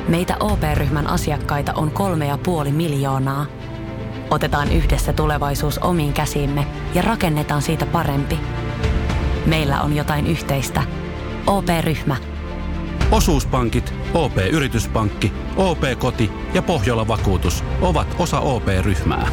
Meitä OP-ryhmän asiakkaita on 3,5 miljoonaa. Otetaan yhdessä tulevaisuus omiin käsiimme ja rakennetaan siitä parempi. Meillä on jotain yhteistä. OP-ryhmä. Osuuspankit, OP-yrityspankki, OP-koti ja Pohjola-vakuutus ovat osa OP-ryhmää.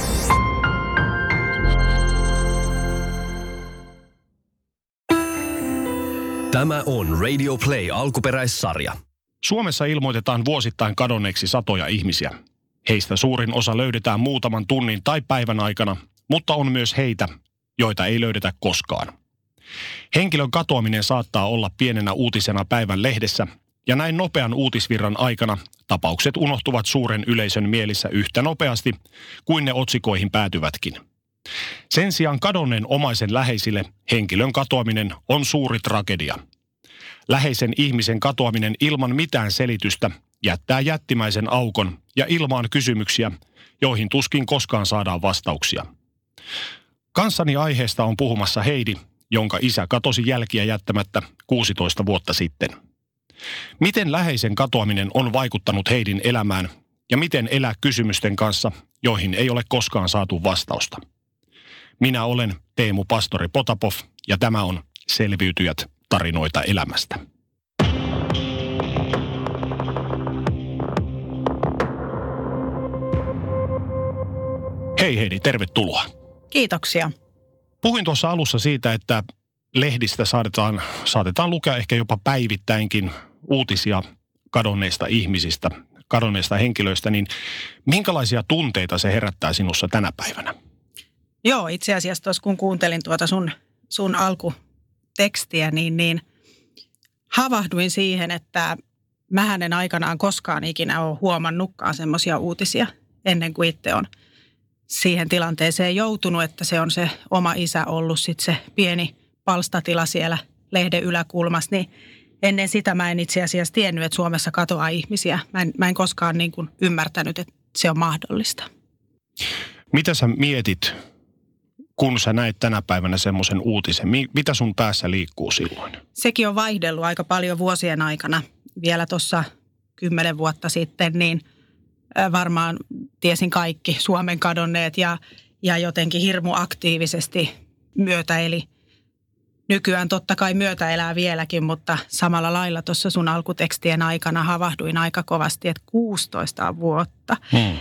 Tämä on Radio Play alkuperäissarja. Suomessa ilmoitetaan vuosittain kadonneeksi satoja ihmisiä. Heistä suurin osa löydetään muutaman tunnin tai päivän aikana, mutta on myös heitä, joita ei löydetä koskaan. Henkilön katoaminen saattaa olla pienenä uutisena päivän lehdessä, ja näin nopean uutisvirran aikana tapaukset unohtuvat suuren yleisön mielissä yhtä nopeasti kuin ne otsikoihin päätyvätkin. Sen sijaan kadonneen omaisen läheisille henkilön katoaminen on suuri tragedia. Läheisen ihmisen katoaminen ilman mitään selitystä jättää jättimäisen aukon ja ilmaan kysymyksiä, joihin tuskin koskaan saadaan vastauksia. Kanssani aiheesta on puhumassa Heidi, jonka isä katosi jälkiä jättämättä 16 vuotta sitten. Miten läheisen katoaminen on vaikuttanut Heidin elämään ja miten elää kysymysten kanssa, joihin ei ole koskaan saatu vastausta? Minä olen Teemu Pastori Potapov ja tämä on Selviytyjät, tarinoita elämästä. Hei Heidi, tervetuloa. Kiitoksia. Puhuin tuossa alussa siitä, että lehdistä saatetaan lukea ehkä jopa päivittäinkin uutisia kadonneista ihmisistä, kadonneista henkilöistä, niin minkälaisia tunteita se herättää sinussa tänä päivänä? Joo, itse asiassa tuossa kun kuuntelin tuota sun alkutekstiä, niin havahduin siihen, että mähän en aikanaan koskaan ikinä ole huomannutkaan semmoisia uutisia ennen kuin itse on siihen tilanteeseen joutunut, että se on se oma isä ollut sitten se pieni palstatila siellä lehden yläkulmassa, niin ennen sitä mä en itse asiassa tiennyt, että Suomessa katoaa ihmisiä. Mä en koskaan niin kuin ymmärtänyt, että se on mahdollista. Mitä sä mietit, kun sä näet tänä päivänä semmoisen uutisen? Mitä sun päässä liikkuu silloin? Sekin on vaihdellut aika paljon vuosien aikana. Vielä tuossa 10 vuotta sitten, niin varmaan tiesin kaikki Suomen kadonneet ja jotenkin hirmu aktiivisesti myötäeli. Nykyään totta kai myötäelää vieläkin, mutta samalla lailla tuossa sun alkutekstien aikana havahduin aika kovasti, että 16 vuotta.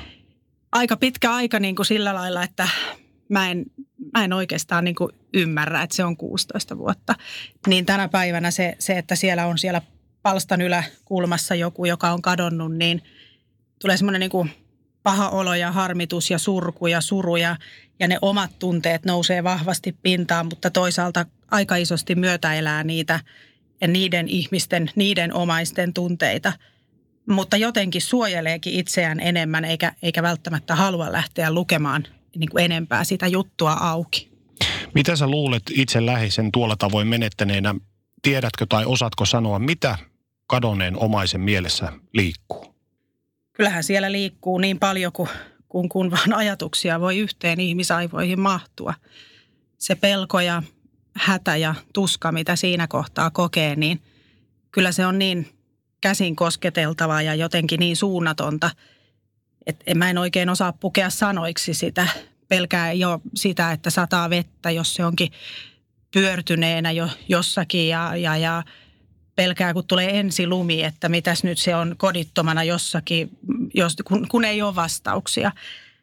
Aika pitkä aika niin kuin sillä lailla, että mä en oikeastaan niin kuin ymmärrä, että se on 16 vuotta. Niin tänä päivänä se, että siellä on siellä palstan yläkulmassa joku, joka on kadonnut, niin tulee semmoinen niin kuin paha olo ja harmitus ja surku ja suru ja ne omat tunteet nousee vahvasti pintaan, mutta toisaalta aika isosti myötäelää niitä ja niiden ihmisten, niiden omaisten tunteita. Mutta jotenkin suojeleekin itseään enemmän eikä välttämättä halua lähteä lukemaan niin kuin enempää sitä juttua auki. Mitä sä luulet itse läheisen tuolla tavoin menettäneenä? Tiedätkö tai osaatko sanoa, mitä kadonneen omaisen mielessä liikkuu? Kyllähän siellä liikkuu niin paljon kun vaan ajatuksia voi yhteen ihmisaivoihin mahtua. Se pelko ja hätä ja tuska, mitä siinä kohtaa kokee, niin kyllä se on niin käsin kosketeltavaa ja jotenkin niin suunnatonta, että mä en oikein osaa pukea sanoiksi sitä. Pelkää jo sitä, että sataa vettä, jos se onkin pyörtyneenä jo jossakin ja pelkää, kun tulee ensilumi, että mitäs nyt se on kodittomana jossakin, kun ei ole vastauksia.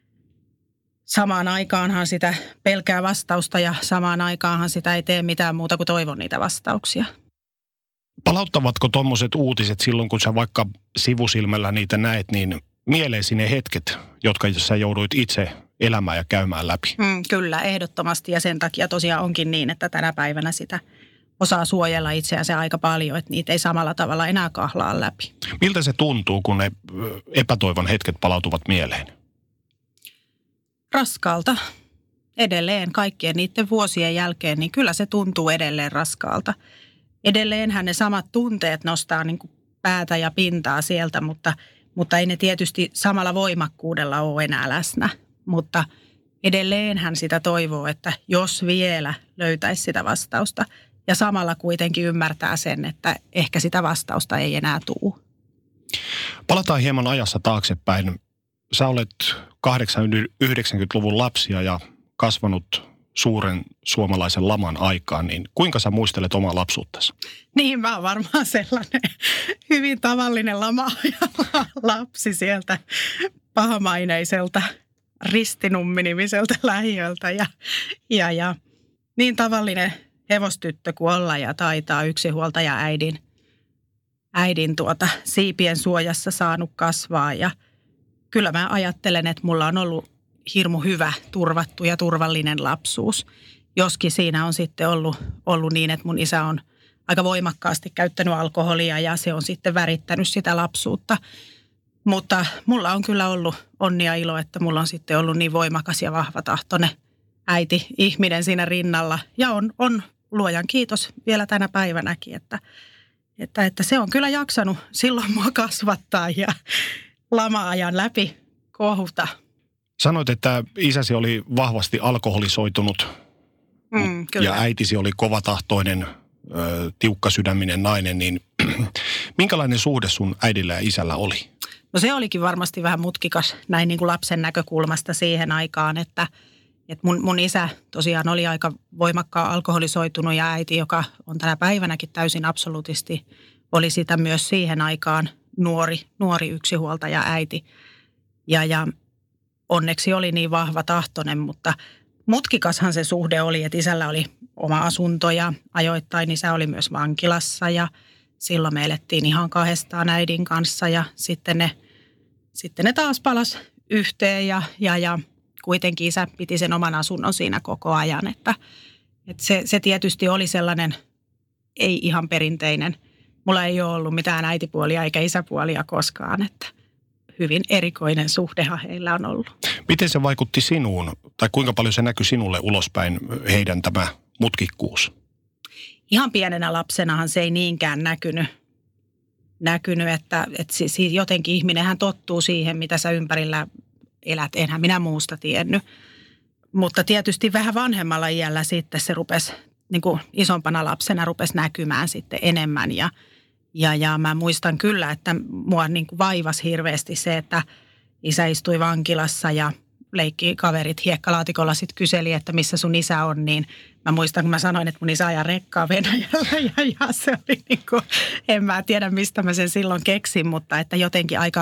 Samaan aikaanhan sitä pelkää vastausta ja samaan aikaanhan sitä ei tee mitään muuta kuin toivon niitä vastauksia. Palauttavatko tuommoiset uutiset silloin, kun sä vaikka sivusilmällä niitä näet, niin mieleesi ne hetket, jotka sä jouduit itse elämään ja käymään läpi? Kyllä, ehdottomasti ja sen takia tosiaan onkin niin, että tänä päivänä sitä osaa suojella itseänsä aika paljon, että niitä ei samalla tavalla enää kahlaa läpi. Miltä se tuntuu, kun ne epätoivon hetket palautuvat mieleen? Raskaalta. Edelleen kaikkien niiden vuosien jälkeen, niin kyllä se tuntuu edelleen raskaalta. Edelleenhän ne samat tunteet nostaa niin kuin päätä ja pintaa sieltä, mutta ei ne tietysti samalla voimakkuudella ole enää läsnä. Mutta edelleenhän sitä toivoo, että jos vielä löytäisi sitä vastausta ja samalla kuitenkin ymmärtää sen, että ehkä sitä vastausta ei enää tule. Palataan hieman ajassa taaksepäin. Sä olet 80-90-luvun lapsia ja kasvanut suuren suomalaisen laman aikaan, niin kuinka sä muistelet omaa lapsuuttasi? Niin, mä oon varmaan sellainen hyvin tavallinen lapsi sieltä pahamaineiselta Ristinummi-nimiseltä lähiöltä ja niin tavallinen hevostyttö kuin olla ja taitaa yksinhuoltaja äidin siipien suojassa saanut kasvaa ja kyllä mä ajattelen, että mulla on ollut hirmu hyvä, turvattu ja turvallinen lapsuus. Joskin siinä on sitten ollut niin, että mun isä on aika voimakkaasti käyttänyt alkoholia ja se on sitten värittänyt sitä lapsuutta. Mutta mulla on kyllä ollut onni ja ilo, että mulla on sitten ollut niin voimakas ja vahvatahtoinen äiti-ihminen siinä rinnalla. Ja on luojan kiitos vielä tänä päivänäkin, että se on kyllä jaksanut silloin mua kasvattaa ja lama-ajan läpi kohuta. Sanoit, että isäsi oli vahvasti alkoholisoitunut ja äitisi oli kovatahtoinen, tiukkasydäminen nainen, niin minkälainen suhde sun äidillä ja isällä oli? No se olikin varmasti vähän mutkikas näin niin kuin lapsen näkökulmasta siihen aikaan, että mun isä tosiaan oli aika voimakkaan alkoholisoitunut ja äiti, joka on tänä päivänäkin täysin absoluutisti, oli sitä myös siihen aikaan nuori yksinhuoltaja äiti. Ja onneksi oli niin vahva tahtoinen, mutta mutkikashan se suhde oli, että isällä oli oma asunto ja ajoittain isä oli myös vankilassa ja silloin me elettiin ihan kahdestaan äidin kanssa ja sitten ne taas palas yhteen ja kuitenkin isä piti sen oman asunnon siinä koko ajan, että se tietysti oli sellainen ei ihan perinteinen. Mulla ei ole ollut mitään äitipuolia eikä isäpuolia koskaan, että hyvin erikoinen suhdehan heillä on ollut. Miten se vaikutti sinuun, tai kuinka paljon se näkyi sinulle ulospäin heidän tämä mutkikkuus? Ihan pienenä lapsenahan se ei niinkään näkynyt että jotenkin ihminenhän tottuu siihen, mitä sä ympärillä elät. Enhän minä muusta tiennyt. Mutta tietysti vähän vanhemmalla iällä sitten se rupesi, niin kuin isompana lapsena rupesi näkymään sitten enemmän ja mä muistan kyllä, että mua niin kuin vaivasi hirveästi se, että isä istui vankilassa ja leikki kaverit hiekkalaatikolla sitten kyseli, että missä sun isä on, niin mä muistan, kun mä sanoin, että mun isä ajaa rekkaa Venäjällä ja se oli niin kuin, en mä tiedä mistä mä sen silloin keksin, mutta että jotenkin aika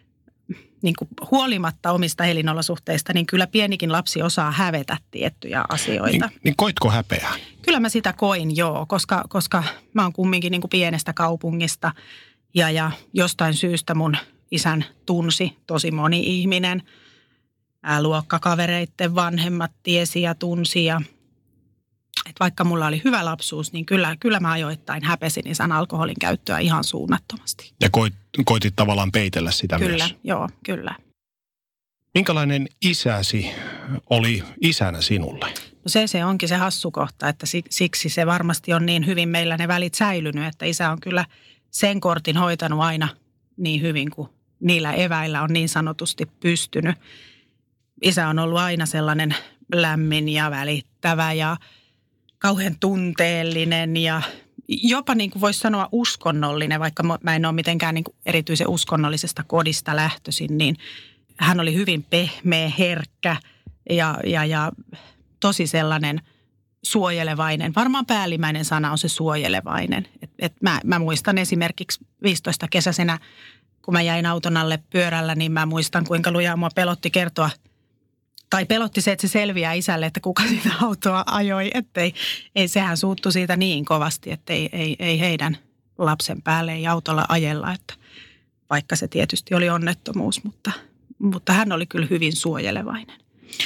niin kuin huolimatta omista elinolosuhteista, niin kyllä pienikin lapsi osaa hävetä tiettyjä asioita. Niin koitko häpeää? Kyllä mä sitä koin, joo, koska mä oon kumminkin niin kuin pienestä kaupungista ja jostain syystä mun isän tunsi tosi moni ihminen. Luokkakavereitten vanhemmat tiesi ja tunsi ja että vaikka mulla oli hyvä lapsuus, niin kyllä mä ajoittain häpesin isän alkoholin käyttöä ihan suunnattomasti. Ja koitit tavallaan peitellä sitä kyllä, myös? Kyllä, joo, kyllä. Minkälainen isäsi oli isänä sinulle? No se onkin se hassu kohta, että siksi se varmasti on niin hyvin meillä ne välit säilynyt, että isä on kyllä sen kortin hoitanut aina niin hyvin kuin niillä eväillä on niin sanotusti pystynyt. Isä on ollut aina sellainen lämmin ja välittävä ja kauhean tunteellinen ja jopa niin kuin voisi sanoa uskonnollinen, vaikka mä en ole mitenkään niin kuin erityisen uskonnollisesta kodista lähtöisin, niin hän oli hyvin pehmeä, herkkä ja tosi sellainen suojelevainen. Varmaan päällimmäinen sana on se suojelevainen. Mä muistan esimerkiksi 15 kesäisenä, kun mä jäin auton alle pyörällä, niin mä muistan kuinka lujaa mua pelotti kertoa, tai pelotti se, että se selviää isälle, että kuka sitä autoa ajoi, ettei sehän suuttu siitä niin kovasti, että ei heidän lapsen päälle ei autolla ajella, että vaikka se tietysti oli onnettomuus, mutta hän oli kyllä hyvin suojelevainen.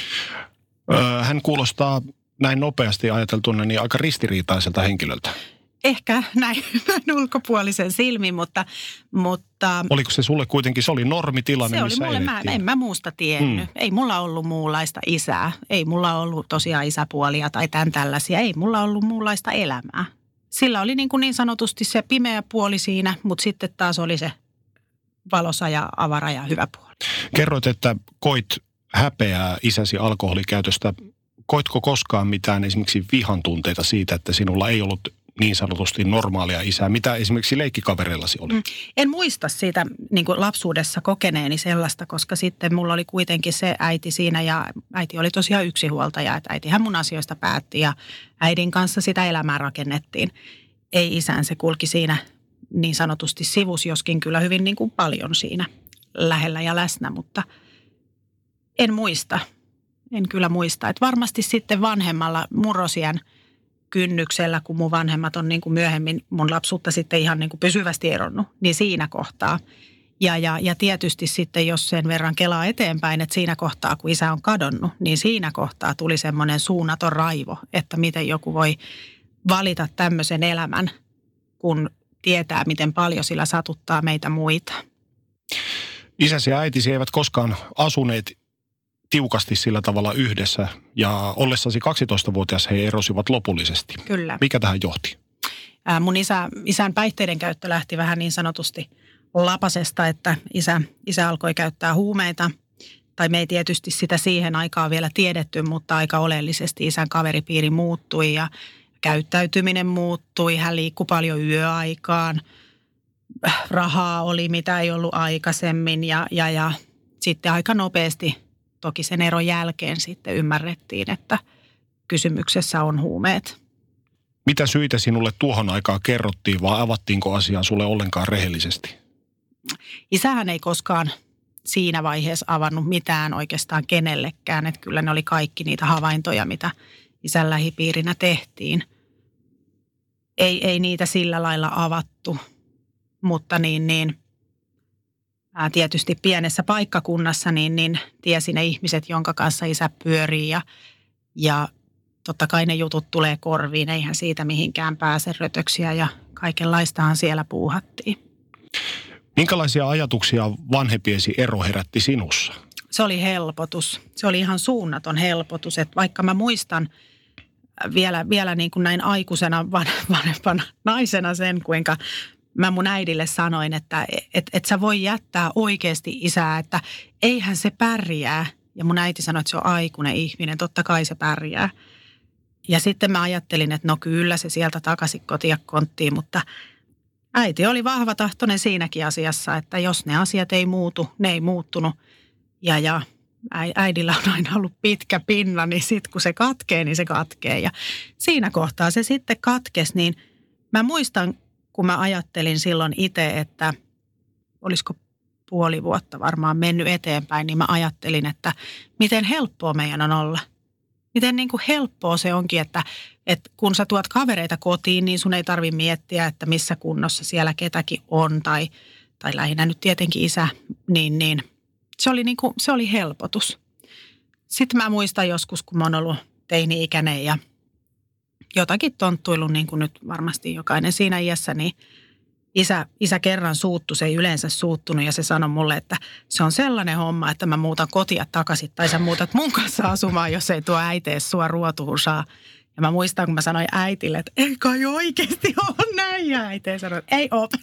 Hän kuulostaa näin nopeasti ajateltuna niin aika ristiriitaiselta henkilöltä. Ehkä näin ulkopuolisen silmin, mutta... Oliko se sulle kuitenkin, se oli normitilanne, missä elettiin? Se oli mulle, en mä muusta tiennyt. Ei mulla ollut muunlaista isää. Ei mulla ollut tosiaan isäpuolia tai tämän tällaisia. Ei mulla ollut muunlaista elämää. Sillä oli niin sanotusti se pimeä puoli siinä, mutta sitten taas oli se valoisa ja avara ja hyvä puoli. Kerroit, että koit häpeää isäsi alkoholikäytöstä. Koitko koskaan mitään esimerkiksi vihan tunteita siitä, että sinulla ei ollut niin sanotusti normaalia isää? Mitä esimerkiksi leikkikavereillasi oli? En muista siitä niin kuin lapsuudessa kokeneeni sellaista, koska sitten mulla oli kuitenkin se äiti siinä ja äiti oli tosiaan yksinhuoltaja, että äitihän mun asioista päätti ja äidin kanssa sitä elämää rakennettiin. Ei isän, se kulki siinä niin sanotusti sivus, joskin kyllä hyvin niin kuin paljon siinä lähellä ja läsnä, mutta en muista. En kyllä muista. Että varmasti sitten vanhemmalla murrosiän kynnyksellä, kun mun vanhemmat on niin kuin myöhemmin mun lapsuutta sitten ihan niin kuin pysyvästi eronnut, niin siinä kohtaa. Ja tietysti sitten, jos sen verran kelaa eteenpäin, että siinä kohtaa, kun isä on kadonnut, niin siinä kohtaa tuli semmoinen suunnaton raivo, että miten joku voi valita tämmöisen elämän, kun tietää, miten paljon sillä satuttaa meitä muita. Isäsi ja äitisi eivät koskaan asuneet tiukasti sillä tavalla yhdessä ja ollessasi 12-vuotias he erosivat lopullisesti. Kyllä. Mikä tähän johti? Mun isän päihteiden käyttö lähti vähän niin sanotusti lapasesta, että isä alkoi käyttää huumeita. Tai me ei tietysti sitä siihen aikaan vielä tiedetty, mutta aika oleellisesti isän kaveripiiri muuttui ja käyttäytyminen muuttui. Hän liikkui paljon yöaikaan. Rahaa oli, mitä ei ollut aikaisemmin ja sitten aika nopeasti, toki sen eron jälkeen sitten ymmärrettiin, että kysymyksessä on huumeet. Mitä syitä sinulle tuohon aikaan kerrottiin vai avattiinko asiaa sulle ollenkaan rehellisesti? Isähän ei koskaan siinä vaiheessa avannut mitään oikeastaan kenellekään, että kyllä ne oli kaikki niitä havaintoja, mitä isän lähipiirinä tehtiin. Ei niitä sillä lailla avattu, mutta tietysti pienessä paikkakunnassa niin tiesi ne ihmiset, jonka kanssa isä pyörii ja totta kai ne jutut tulee korviin, eihän siitä mihinkään pääse, rötöksiä ja kaikenlaistahan siellä puuhattiin. Minkälaisia ajatuksia vanhempiesi ero herätti sinussa? Se oli helpotus. Se oli ihan suunnaton helpotus, että vaikka mä muistan vielä niin kuin näin aikuisena vanhempana naisena sen, kuinka mä mun äidille sanoin, että sä voi jättää oikeasti isää, että eihän se pärjää. Ja mun äiti sanoi, että se on aikuinen ihminen, totta kai se pärjää. Ja sitten mä ajattelin, että no kyllä se sieltä takaisin kotia konttiin, mutta äiti oli vahvatahtoinen siinäkin asiassa, että jos ne asiat ei muutu, ne ei muuttunut. Ja äidillä on aina ollut pitkä pinna, niin sitten kun se katkee, niin se katkee. Ja siinä kohtaa se sitten katkesi, niin mä muistan, kun mä ajattelin silloin itse, että olisiko puoli vuotta varmaan mennyt eteenpäin, niin mä ajattelin, että miten helppoa meidän on olla. Miten niin kuin helppoa se onkin, että kun sä tuot kavereita kotiin, niin sun ei tarvitse miettiä, että missä kunnossa siellä ketäkin on, tai lähinnä nyt tietenkin isä, niin se oli helpotus. Sitten mä muistan joskus, kun mä oon ollut teini-ikäinen ja jotakin tonttuillut, niin kuin nyt varmasti jokainen siinä iässä, niin isä kerran suuttu, se ei yleensä suuttunut ja se sanoi mulle, että se on sellainen homma, että mä muutan kotia takaisin tai sä muutat mun kanssa asumaan, jos ei tuo äiti sua ruotuun saa. Ja mä muistan, kun mä sanoin äitille, että ei kai oikeasti ole näin ja äiti sanoi, että ei ole.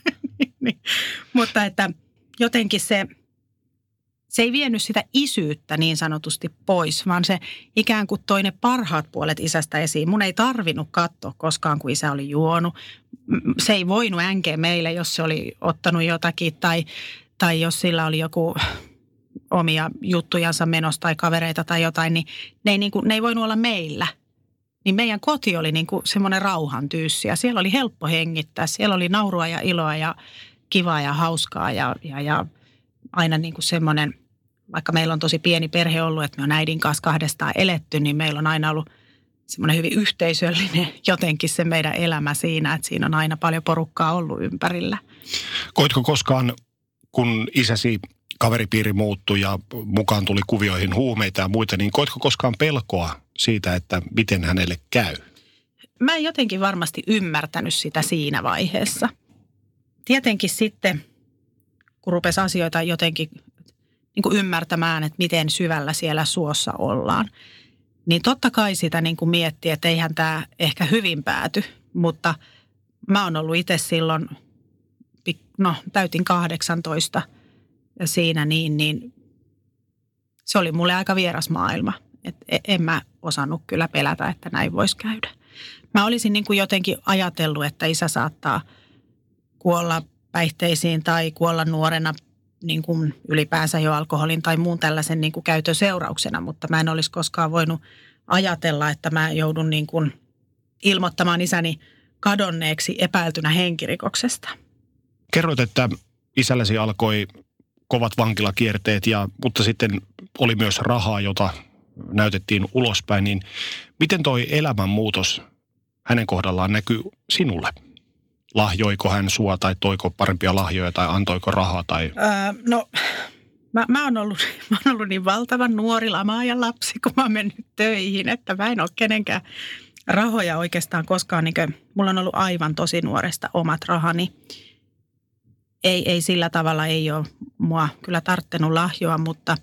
Mutta että jotenkin se ei vienyt sitä isyyttä niin sanotusti pois, vaan se ikään kuin toi ne parhaat puolet isästä esiin. Mun ei tarvinnut katsoa koskaan, kun isä oli juonut. Se ei voinut änkeä meille, jos se oli ottanut jotakin tai jos sillä oli joku omia juttujansa menossa tai kavereita tai jotain, niin ne ei voinut olla meillä. Niin meidän koti oli niin kuin semmoinen rauhan tyyssi ja siellä oli helppo hengittää. Siellä oli naurua ja iloa ja kivaa ja hauskaa ja aina niin kuin semmoinen, vaikka meillä on tosi pieni perhe ollut, että me on äidin kanssa kahdestaan eletty, niin meillä on aina ollut semmoinen hyvin yhteisöllinen jotenkin se meidän elämä siinä, että siinä on aina paljon porukkaa ollut ympärillä. Koitko koskaan, kun isäsi kaveripiiri muuttui ja mukaan tuli kuvioihin huumeita ja muita, niin koitko koskaan pelkoa siitä, että miten hänelle käy? Mä en jotenkin varmasti ymmärtänyt sitä siinä vaiheessa. Tietenkin sitten, kun rupesi asioita jotenkin niin kuin ymmärtämään, että miten syvällä siellä suossa ollaan, niin totta kai sitä niin kuin miettii, että eihän tämä ehkä hyvin pääty, mutta mä oon ollut itse silloin, täytin 18 ja siinä niin se oli mulle aika vieras maailma. Et en mä osannut kyllä pelätä, että näin voisi käydä. mä olisin niin kuin jotenkin ajatellut, että isä saattaa kuolla päihteisiin tai kuolla nuorena niin kuin ylipäänsä jo alkoholin tai muun tällaisen niin kuin käytön seurauksena, mutta mä en olisi koskaan voinut ajatella, että mä joudun niin kuin ilmoittamaan isäni kadonneeksi epäiltynä henkirikoksesta. Kerroit, että isälläsi alkoi kovat vankilakierteet, mutta sitten oli myös rahaa, jota näytettiin ulospäin. Niin miten toi elämänmuutos hänen kohdallaan näkyy sinulle? Lahjoiko hän sua tai toiko parempia lahjoja tai antoiko rahaa? Tai... Mä oon ollut niin valtavan nuori lamaajan lapsi, kun mä oon mennyt töihin, että mä en ole kenenkään rahoja oikeastaan koskaan. Mulla on ollut aivan tosi nuoresta omat rahani. Ei sillä tavalla ei ole mua kyllä tarttenut lahjoa, mutta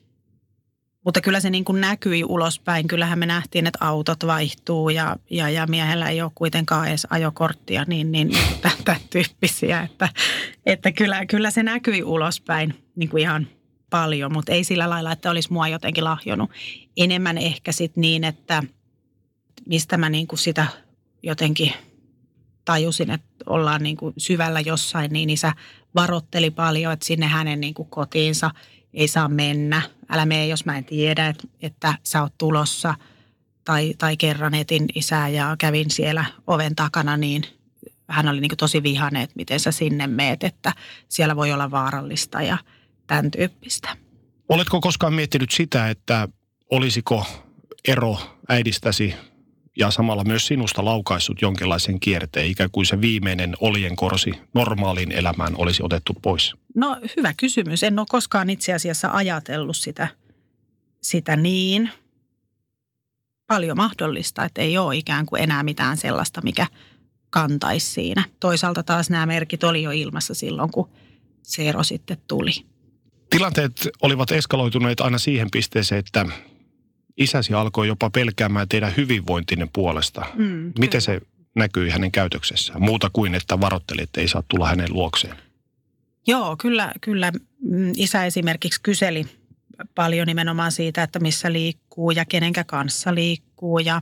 kyllä se niin kuin näkyi ulospäin. Kyllähän me nähtiin, että autot vaihtuu ja miehellä ei ole kuitenkaan edes ajokorttia, niin tämän tyyppisiä. Että kyllä se näkyi ulospäin niin kuin ihan paljon, mutta ei sillä lailla, että olisi mua jotenkin lahjonut. Enemmän ehkä sitten niin, että mistä mä niin kuin sitä jotenkin tajusin, että ollaan niin kuin syvällä jossain, niin isä varoitteli paljon, että sinne hänen niin kuin kotiinsa ei saa mennä. Älä mene, jos mä en tiedä, että sä oot tulossa. Tai kerran etin isää ja kävin siellä oven takana, niin hän oli niin kuin tosi vihainen, että miten sä sinne meet, että siellä voi olla vaarallista ja tämän tyyppistä. Oletko koskaan miettinyt sitä, että olisiko ero äidistäsi ja samalla myös sinusta laukaissut jonkinlaisen kierteen, ikään kuin se viimeinen oljenkorsi normaaliin elämään olisi otettu pois? No hyvä kysymys. En ole koskaan itse asiassa ajatellut sitä niin. Paljon mahdollista, että ei ole ikään kuin enää mitään sellaista, mikä kantaisi siinä. Toisaalta taas nämä merkit oli jo ilmassa silloin, kun se ero sitten tuli. Tilanteet olivat eskaloituneet aina siihen pisteeseen, että isäsi alkoi jopa pelkäämään teidän hyvinvointinen puolesta. Miten se näkyi hänen käytöksessään? Muuta kuin, että varoitteli, että ei saa tulla hänen luokseen. Joo, kyllä. Isä esimerkiksi kyseli paljon nimenomaan siitä, että missä liikkuu ja kenenkä kanssa liikkuu. Ja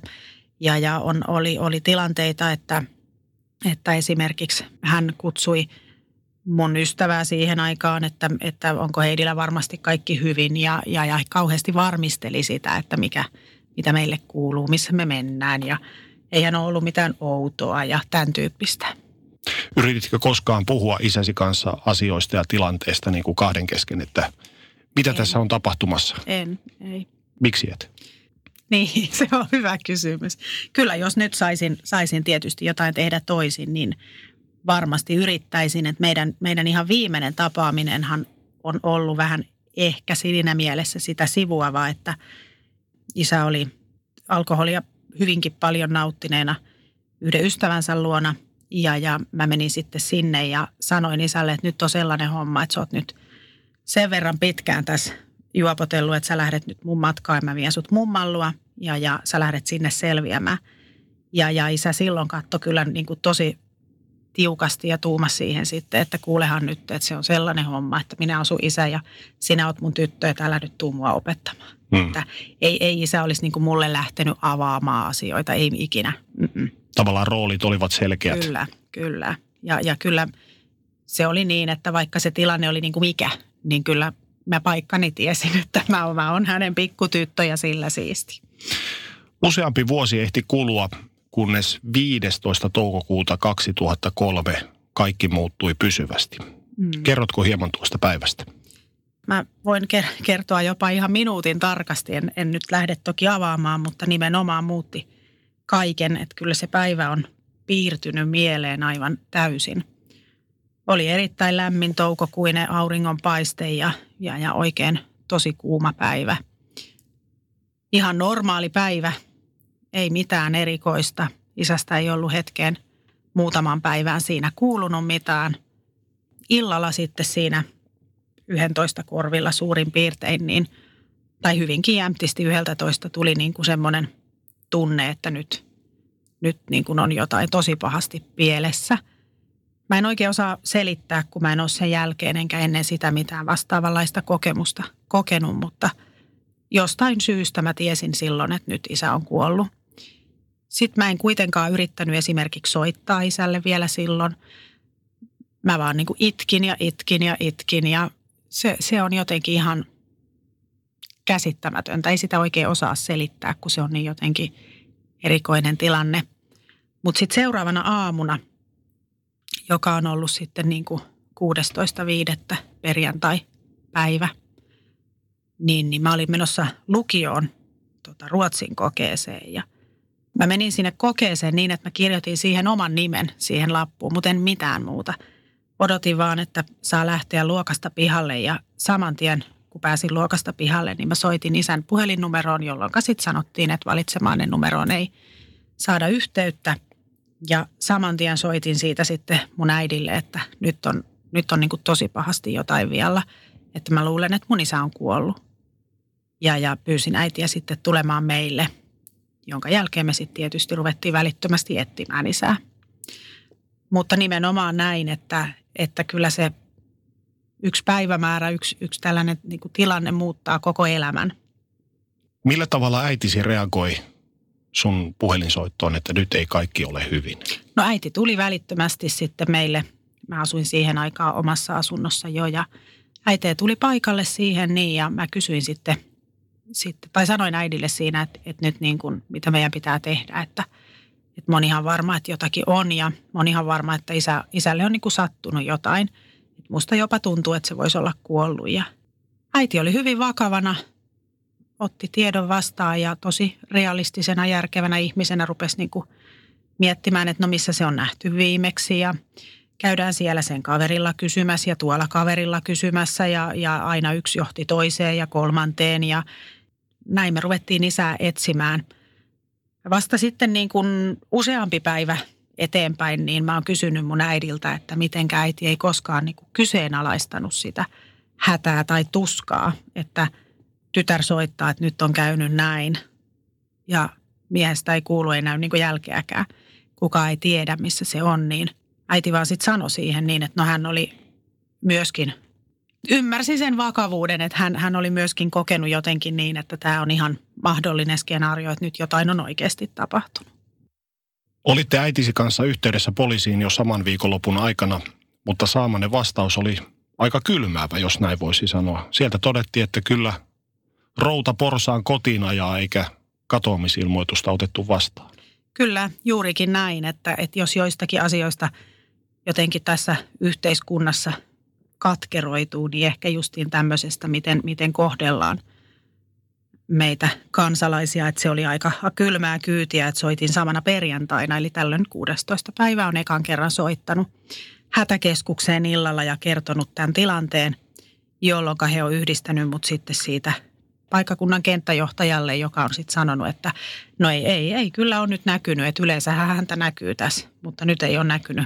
oli tilanteita, että esimerkiksi hän kutsui mun ystävää siihen aikaan, että onko Heidillä varmasti kaikki hyvin ja kauheasti varmisteli sitä, että mitä meille kuuluu, missä me mennään ja eihän ole ollut mitään outoa ja tämän tyyppistä. Yrititkö koskaan puhua isäsi kanssa asioista ja tilanteesta niin kuin kahden kesken, että mitä tässä on tapahtumassa? Ei. Miksi et? Niin, se on hyvä kysymys. Kyllä, jos nyt saisin tietysti jotain tehdä toisin, niin varmasti yrittäisin, että meidän ihan viimeinen tapaaminenhan on ollut vähän ehkä siinä mielessä sitä sivuavaa, että isä oli alkoholia hyvinkin paljon nauttineena yhden ystävänsä luona ja mä menin sitten sinne ja sanoin isälle, että nyt on sellainen homma, että sä oot nyt sen verran pitkään tässä juopotellut, että sä lähdet nyt mun matkaan ja mä vien sut mumman luo ja sä lähdet sinne selviämään. Ja isä silloin katsoi kyllä niin kuin tosi tiukasti ja tuumasi siihen sitten, että kuulehan nyt, että se on sellainen homma, että minä olen sun isä ja sinä oot mun tyttö, että älä nyt tuu mua opettamaan. Että ei isä olisi niin kuin mulle lähtenyt avaamaan asioita, ei ikinä. Tavallaan roolit olivat selkeät. Kyllä. Ja kyllä se oli niin, että vaikka se tilanne oli niin kuin mikä, niin kyllä mä paikkani tiesin, että mä oon hänen pikkutyttö ja sillä siisti. Useampi vuosi ehti kulua, kunnes 15. toukokuuta 2003 kaikki muuttui pysyvästi. Kerrotko hieman tuosta päivästä? Mä voin kertoa jopa ihan minuutin tarkasti. En nyt lähde toki avaamaan, mutta nimenomaan muutti kaiken. Että kyllä se päivä on piirtynyt mieleen aivan täysin. Oli erittäin lämmin toukokuinen auringonpaiste ja oikein tosi kuuma päivä. Ihan normaali päivä. Ei mitään erikoista. Isästä ei ollut hetkeen muutaman päivän siinä kuulunut mitään. Illalla sitten siinä 11 korvilla suurin piirtein, tai hyvinkin jämptisti 11 tuli niin kuin semmoinen tunne, että nyt niin kuin on jotain tosi pahasti pielessä. Mä en oikein osaa selittää, kun mä en ole sen jälkeen enkä ennen sitä mitään vastaavanlaista kokemusta kokenut, mutta jostain syystä mä tiesin silloin, että nyt isä on kuollut. Sitten mä en kuitenkaan yrittänyt esimerkiksi soittaa isälle vielä silloin. Mä vaan niin kuin itkin ja se on jotenkin ihan käsittämätöntä. Ei sitä oikein osaa selittää, kun se on niin jotenkin erikoinen tilanne. Mutta sitten seuraavana aamuna, joka on ollut sitten niin kuin 16.5. perjantai-päivä, niin mä olin menossa lukioon ruotsin kokeeseen. Ja mä menin sinne kokeeseen niin, että mä kirjoitin siihen oman nimen siihen lappuun, mutta en mitään muuta. Odotin vaan, että saa lähteä luokasta pihalle ja saman tien, kun pääsin luokasta pihalle, niin mä soitin isän puhelinnumeroon, jolloin sitten sanottiin, että valitsemaanne numeroon ei saada yhteyttä. Ja saman tien soitin siitä sitten mun äidille, että nyt on niin kuin tosi pahasti jotain vialla, että mä luulen, että mun isä on kuollut. Ja pyysin äitiä sitten tulemaan meille, jonka jälkeen me sitten tietysti ruvettiin välittömästi etsimään isää. Mutta nimenomaan näin, että kyllä se yksi päivämäärä, yksi tällainen niin kuin tilanne muuttaa koko elämän. Millä tavalla äitisi reagoi sun puhelinsoittoon, että nyt ei kaikki ole hyvin? No äiti tuli välittömästi sitten meille. Mä asuin siihen aikaan omassa asunnossa jo ja äiti tuli paikalle siihen niin ja mä kysyin sitten tai sanoin äidille siinä, että nyt niin kuin, mitä meidän pitää tehdä, että mä oon ihan varma, että jotakin on ja mä oon ihan varma, että isälle on niin kuin sattunut jotain. Et musta jopa tuntuu, että se voisi olla kuollut ja äiti oli hyvin vakavana, otti tiedon vastaan ja tosi realistisena, järkevänä ihmisenä rupesi niin kuin miettimään, että no missä se on nähty viimeksi ja käydään siellä sen kaverilla kysymässä ja tuolla kaverilla kysymässä ja aina yksi johti toiseen ja kolmanteen ja näin me ruvettiin isää etsimään. Vasta sitten niin kuin useampi päivä eteenpäin, niin mä oon kysynyt mun äidiltä, että mitenkä äiti ei koskaan niin kuin kyseenalaistanut sitä hätää tai tuskaa, että tytär soittaa, että nyt on käynyt näin ja miehestä ei kuulu, ei näy niin kuin jälkeäkään. Kukaan ei tiedä, missä se on, niin äiti vaan sitten sanoi siihen niin, että no hän oli myöskin, ymmärsi sen vakavuuden, että hän oli myöskin kokenut jotenkin niin, että tämä on ihan mahdollinen skenaario, että nyt jotain on oikeasti tapahtunut. Olitte äitisi kanssa yhteydessä poliisiin jo saman viikonlopun aikana, mutta saamanne vastaus oli aika kylmäävä, jos näin voisi sanoa. Sieltä todettiin, että kyllä routa porsaan kotiin ajaa eikä katoamisilmoitusta otettu vastaan. Kyllä, juurikin näin, että jos joistakin asioista jotenkin tässä yhteiskunnassa katkeroituu, niin ehkä justiin tämmöisestä, miten kohdellaan meitä kansalaisia, että se oli aika kylmää kyytiä, että soitin samana perjantaina, eli tällöin 16. päivä on ekan kerran soittanut hätäkeskukseen illalla ja kertonut tämän tilanteen, jolloin he on yhdistänyt mut sitten siitä paikkakunnan kenttäjohtajalle, joka on sitten sanonut, että no ei kyllä on nyt näkynyt, että yleensähän häntä näkyy tässä, mutta nyt ei ole näkynyt,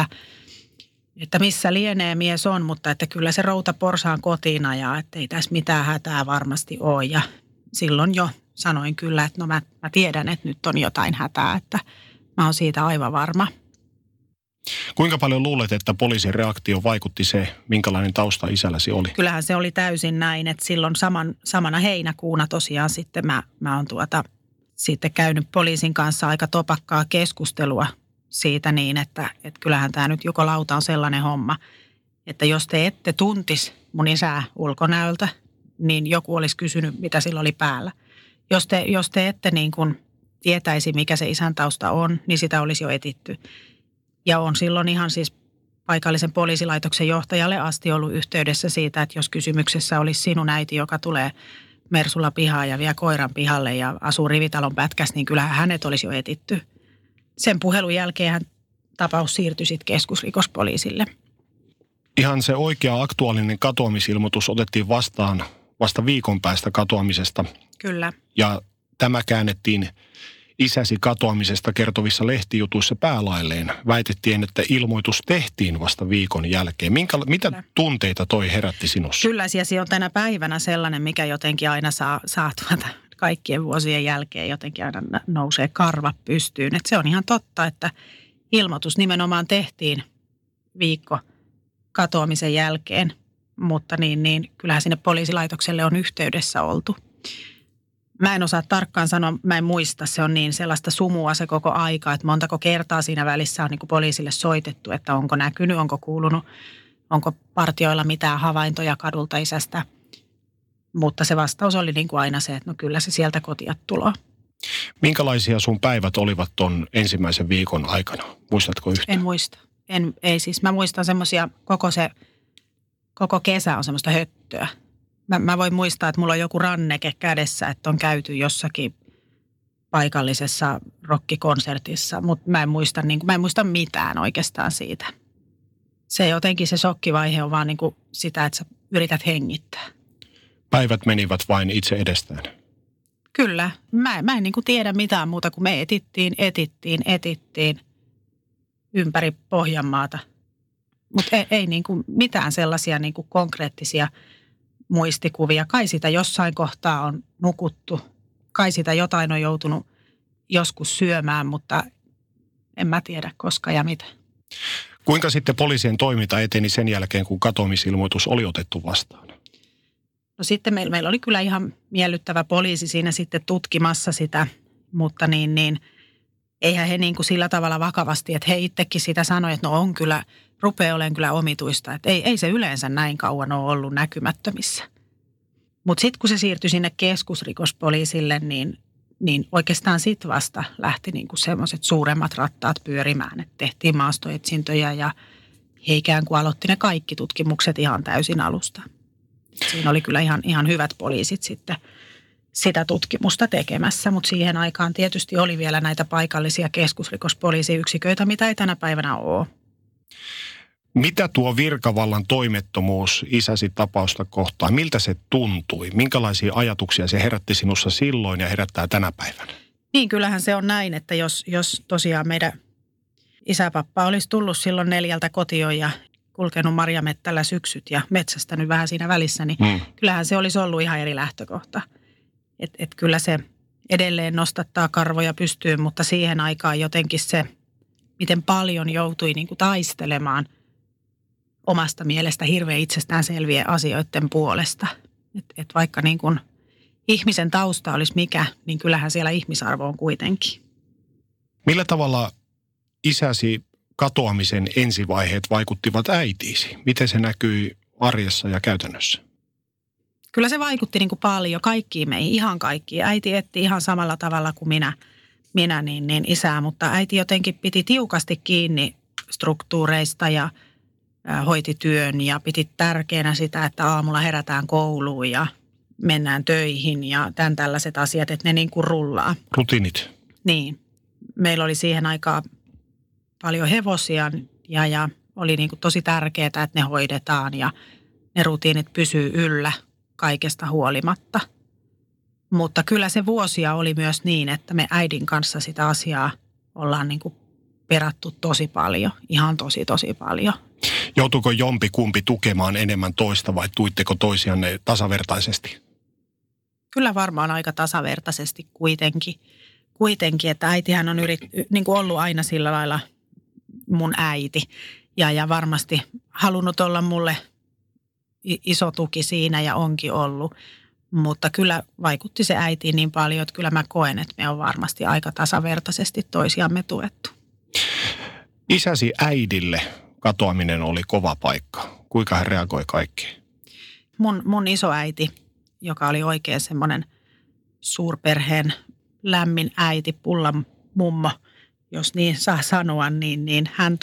että missä lienee mies on, mutta että kyllä se routa porsaan kotiin ajaa, että ei tässä mitään hätää varmasti ole. Ja silloin jo sanoin kyllä, että no mä tiedän, että nyt on jotain hätää, että mä oon siitä aivan varma. Kuinka paljon luulet, että poliisin reaktio vaikutti se, minkälainen tausta isälläsi oli? Kyllähän se oli täysin näin, että silloin samana heinäkuuna tosiaan sitten mä oon sitten käynyt poliisin kanssa aika topakkaa keskustelua siitä niin, että kyllähän tämä nyt jukolauta on sellainen homma, että jos te ette tuntisi mun isää ulkonäöltä, niin joku olisi kysynyt, mitä sillä oli päällä. Jos te ette niin kuin tietäisi, mikä se isän tausta on, niin sitä olisi jo etitty. Ja on silloin ihan siis paikallisen poliisilaitoksen johtajalle asti ollut yhteydessä siitä, että jos kysymyksessä olisi sinun äiti, joka tulee Mersulla pihaan ja vie koiran pihalle ja asuu rivitalon pätkässä, niin kyllähän hänet olisi jo etitty. Sen puhelun jälkeen tapaus siirtyi sitten keskusrikospoliisille. Ihan se oikea aktuaalinen katoamisilmoitus otettiin vastaan vasta viikon päästä katoamisesta. Kyllä. Ja tämä käännettiin isäsi katoamisesta kertovissa lehtijutuissa päälailleen. Väitettiin, että ilmoitus tehtiin vasta viikon jälkeen. Mitä tunteita toi herätti sinussa? Kyllä, se on tänä päivänä sellainen, mikä jotenkin aina saa kaikkien vuosien jälkeen jotenkin aina nousee karva pystyyn. Et se on ihan totta, että ilmoitus nimenomaan tehtiin viikko katoamisen jälkeen, mutta niin kyllähän sinne poliisilaitokselle on yhteydessä oltu. Mä en osaa tarkkaan sanoa, mä en muista, se on niin sellaista sumua se koko aika, että montako kertaa siinä välissä on niin kuin poliisille soitettu, että onko näkynyt, onko kuulunut, onko partioilla mitään havaintoja kadulta isästä. Mutta se vastaus oli niin kuin aina se, että no kyllä se sieltä kotia tuloa. Minkälaisia sun päivät olivat ton ensimmäisen viikon aikana? Muistatko yhtään? En muista. Ei siis, mä muistan semmoisia, koko kesä on semmoista höttöä. Mä voin muistaa, että mulla on joku ranneke kädessä, että on käyty jossakin paikallisessa rockikonsertissa, mutta mä en muista mitään oikeastaan siitä. Se jotenkin se shokkivaihe on vaan niin kuin sitä, että sä yrität hengittää. Päivät menivät vain itse edestään. Kyllä. Mä en niin kuin tiedä mitään muuta kuin me etittiin ympäri Pohjanmaata. Mutta ei niin kuin mitään sellaisia niin kuin konkreettisia muistikuvia. Kai sitä jossain kohtaa on nukuttu. Kai sitä jotain on joutunut joskus syömään, mutta en mä tiedä koska ja mitä. Kuinka sitten poliisien toiminta eteni sen jälkeen, kun katoamisilmoitus oli otettu vastaan? No sitten meillä oli kyllä ihan miellyttävä poliisi siinä sitten tutkimassa sitä, mutta eihän he niin kuin sillä tavalla vakavasti, että he itsekin sitä sanoi, että no on kyllä, rupeaa olemaan kyllä omituista. Että ei se yleensä näin kauan ole ollut näkymättömissä. Mutta sitten kun se siirtyi sinne keskusrikospoliisille, niin oikeastaan sitten vasta lähti niin kuin semmoiset suuremmat rattaat pyörimään. Että tehtiin maastoetsintöjä ja he ikään kuin aloitti ne kaikki tutkimukset ihan täysin alusta. Siinä oli kyllä ihan hyvät poliisit sitten sitä tutkimusta tekemässä, mutta siihen aikaan tietysti oli vielä näitä paikallisia keskusrikospoliisiyksiköitä, mitä ei tänä päivänä ole. Mitä tuo virkavallan toimettomuus isäsi tapausta kohtaan, miltä se tuntui? Minkälaisia ajatuksia se herätti sinussa silloin ja herättää tänä päivänä? Niin, kyllähän se on näin, että jos tosiaan meidän isäpappa olisi tullut silloin 4 kotiin ja kulkenut marjamettällä syksyt ja metsästänyt vähän siinä välissä, niin kyllähän se olisi ollut ihan eri lähtökohta. Et kyllä se edelleen nostattaa karvoja pystyyn, mutta siihen aikaan jotenkin se, miten paljon joutui niin kuin taistelemaan omasta mielestä hirveän itsestäänselvien asioiden puolesta. Et vaikka niin kuin ihmisen tausta olisi mikä, niin kyllähän siellä ihmisarvo on kuitenkin. Millä tavalla isäsi katoamisen ensivaiheet vaikuttivat äitiisi? Miten se näkyi arjessa ja käytännössä? Kyllä se vaikutti niin kuin paljon kaikkiin meihin, ihan kaikkiin. Äiti etti ihan samalla tavalla kuin minä niin isää, mutta äiti jotenkin piti tiukasti kiinni struktuureista ja hoiti työn ja piti tärkeänä sitä, että aamulla herätään kouluun ja mennään töihin ja tämän tällaiset asiat, että ne niin kuin rullaa. Rutiinit. Niin. Meillä oli siihen aikaan paljon hevosia ja oli niin kuin tosi tärkeää, että ne hoidetaan ja ne rutiinit pysyy yllä kaikesta huolimatta. Mutta kyllä se vuosia oli myös niin, että me äidin kanssa sitä asiaa ollaan niin kuin perattu tosi paljon, ihan tosi paljon. Joutuiko jompi kumpi tukemaan enemmän toista vai tuitteko toisianne tasavertaisesti? Kyllä varmaan aika tasavertaisesti kuitenkin, että äitihän on niin kuin ollut aina sillä lailla mun äiti ja varmasti halunnut olla mulle iso tuki siinä ja onkin ollut, mutta kyllä vaikutti se äitiin niin paljon, että kyllä mä koen, että me on varmasti aika tasavertaisesti toisiamme tuettu. Isäsi äidille katoaminen oli kova paikka. Kuinka hän reagoi kaikkiin? Mun isoäiti, joka oli oikein semmoinen suurperheen lämmin äiti, pullan mummo, jos niin saa sanoa, niin hän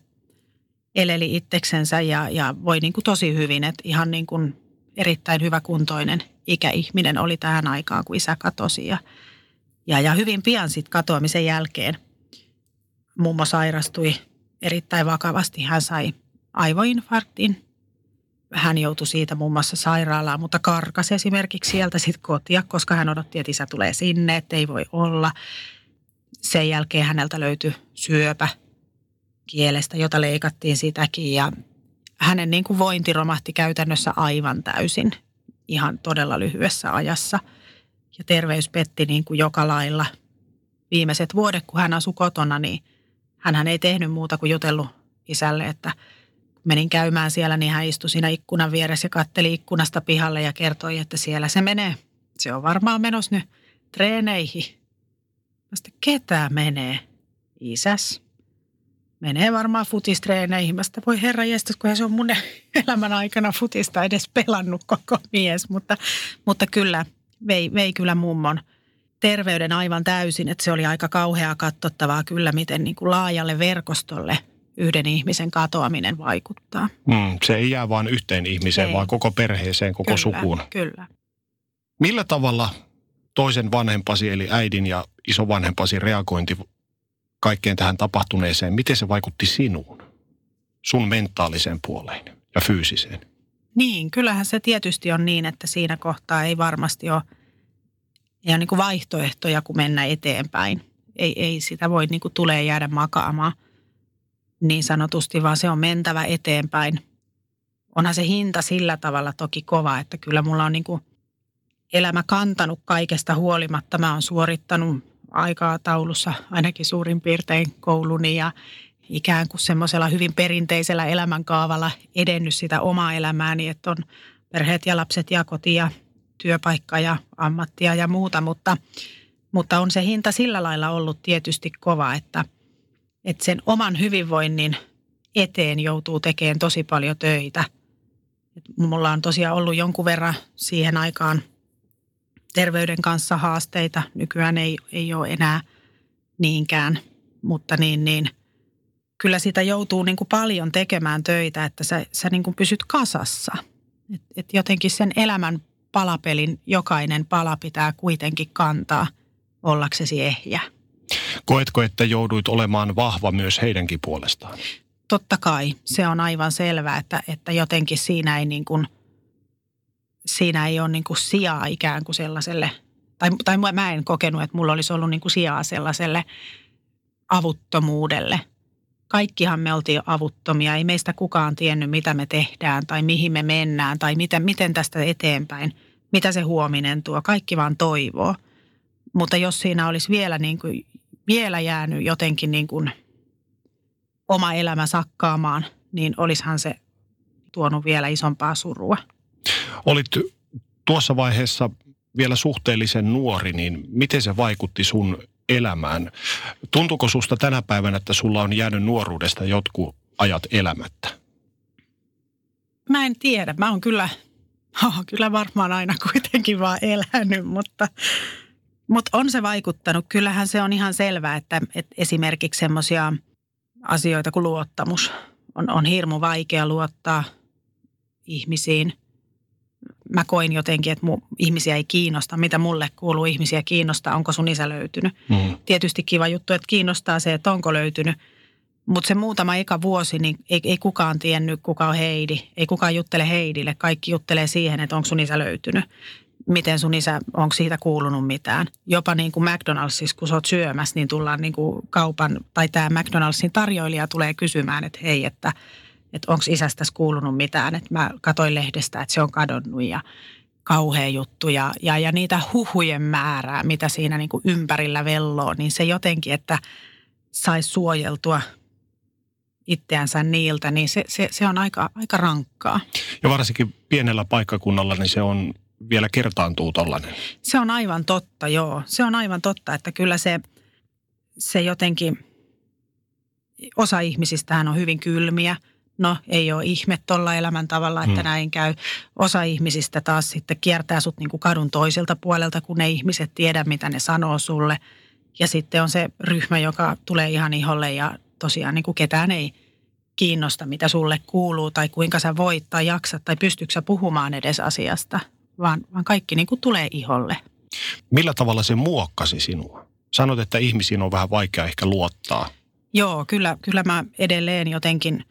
eleli itseksensä ja voi niin kuin tosi hyvin, että ihan niin kuin erittäin hyväkuntoinen ikäihminen oli tähän aikaan, kun isä katosi. Ja hyvin pian sitten katoamisen jälkeen mummo sairastui erittäin vakavasti. Hän sai aivoinfarktin. Hän joutui siitä muun muassa sairaalaan, mutta karkasi esimerkiksi sieltä sitten kotia, koska hän odotti, että isä tulee sinne, että ei voi olla. Sen jälkeen häneltä löytyi syöpä kielestä, jota leikattiin sitäkin ja hänen niin kuin vointi romahti käytännössä aivan täysin ihan todella lyhyessä ajassa. Ja terveys petti niin kuin joka lailla. Viimeiset vuodet, kun hän asui kotona, niin hänhän ei tehnyt muuta kuin jutellut isälle, että kun menin käymään siellä, niin hän istui siinä ikkunan vieressä ja katteli ikkunasta pihalle ja kertoi, että siellä se menee. Se on varmaan menossa nyt treeneihin. Mä sitten, ketä menee? Isäs. Menee varmaan futistreeneihin. Mä sitten, voi herra jestas, kun se on mun elämän aikana futista edes pelannut koko mies. Mutta kyllä, vei kyllä mummon terveyden aivan täysin, että se oli aika kauheaa katsottavaa kyllä, miten niin kuin laajalle verkostolle yhden ihmisen katoaminen vaikuttaa. Se ei jää vain yhteen ihmiseen, vaan koko perheeseen, koko sukuun. Kyllä. Millä tavalla toisen vanhempasi, eli äidin ja isovanhempasi reagointi kaikkeen tähän tapahtuneeseen, miten se vaikutti sinuun, sun mentaaliseen puoleen ja fyysiseen? Niin, kyllähän se tietysti on niin, että siinä kohtaa ei varmasti ole niin kuin vaihtoehtoja, kun mennä eteenpäin. Ei sitä voi niin kuin tulee jäädä makaamaan niin sanotusti, vaan se on mentävä eteenpäin. Onhan se hinta sillä tavalla toki kova, että kyllä mulla on niin kuin elämä kantanut kaikesta huolimatta. Mä oon suorittanut aikaa taulussa ainakin suurin piirtein kouluni ja ikään kuin semmoisella hyvin perinteisellä elämänkaavalla edennyt sitä omaa elämääni, että on perheet ja lapset ja koti ja työpaikka ja ammattia ja muuta, mutta on se hinta sillä lailla ollut tietysti kova, että sen oman hyvinvoinnin eteen joutuu tekemään tosi paljon töitä. Mulla on tosiaan ollut jonkun verran siihen aikaan terveyden kanssa haasteita. Nykyään ei ole enää niinkään, mutta niin kyllä sitä joutuu niin kuin paljon tekemään töitä, että sä niin kuin pysyt kasassa. Et jotenkin sen elämän palapelin jokainen pala pitää kuitenkin kantaa ollaksesi ehjä. Koetko, että jouduit olemaan vahva myös heidänkin puolestaan? Totta kai. Se on aivan selvää, että jotenkin siinä ei ole niin kuin sijaa ikään kuin sellaiselle, tai mä en kokenut, että mulla olisi ollut niin kuin sijaa sellaiselle avuttomuudelle. Kaikkihan me oltiin avuttomia. Ei meistä kukaan tiennyt, mitä me tehdään tai mihin me mennään tai miten tästä eteenpäin, mitä se huominen tuo. Kaikki vaan toivoo. Mutta jos siinä olisi vielä jäänyt jotenkin niin kuin oma elämä sakkaamaan, niin olisihan se tuonut vielä isompaa surua. Olit tuossa vaiheessa vielä suhteellisen nuori, niin miten se vaikutti sun elämään? Tuntuuko susta tänä päivänä, että sulla on jäänyt nuoruudesta jotkut ajat elämättä? Mä en tiedä. Mä oon kyllä varmaan aina kuitenkin vaan elänyt, mutta on se vaikuttanut. Kyllähän se on ihan selvää, että esimerkiksi semmoisia asioita kuin luottamus on hirmu vaikea luottaa ihmisiin. Mä koin jotenkin, että ihmisiä ei kiinnosta, mitä mulle kuuluu, ihmisiä kiinnostaa, onko sun isä löytynyt. Tietysti kiva juttu, että kiinnostaa se, että onko löytynyt, mutta se muutama eka vuosi, niin ei kukaan tiennyt, kuka on Heidi. Ei kukaan juttele Heidille, kaikki juttelee siihen, että onko sun isä löytynyt. Miten sun isä, onko siitä kuulunut mitään. Jopa niin kuin McDonaldsissa, kun sä oot syömässä, niin tullaan niin kuin kaupan, tai tämä McDonaldsin tarjoilija tulee kysymään, että hei, että onko isästäsi kuulunut mitään. Että mä katsoin lehdestä, että se on kadonnut ja kauhea juttu. Ja niitä huhujen määrää, mitä siinä niin kuin ympärillä velloo, niin se jotenkin, että saisi suojeltua itseänsä niiltä, niin se on aika rankkaa. Ja varsinkin pienellä paikkakunnalla, niin se on vielä kertaantuu tollainen. Se on aivan totta, joo. Se on aivan totta, että kyllä se jotenkin, osa ihmisistähän on hyvin kylmiä. No, ei ole ihme tuolla elämäntavalla, että näin käy. Osa ihmisistä taas sitten kiertää sut niin kuin kadun toiselta puolelta, kun ne ihmiset tiedä, mitä ne sanoo sulle. Ja sitten on se ryhmä, joka tulee ihan iholle ja tosiaan niin kuin ketään ei kiinnosta, mitä sulle kuuluu tai kuinka sä voit tai jaksat tai pystytkö sä puhumaan edes asiasta, vaan kaikki niin kuin tulee iholle. Millä tavalla se muokkasi sinua? Sanot, että ihmisiin on vähän vaikea ehkä luottaa. Joo, kyllä mä edelleen jotenkin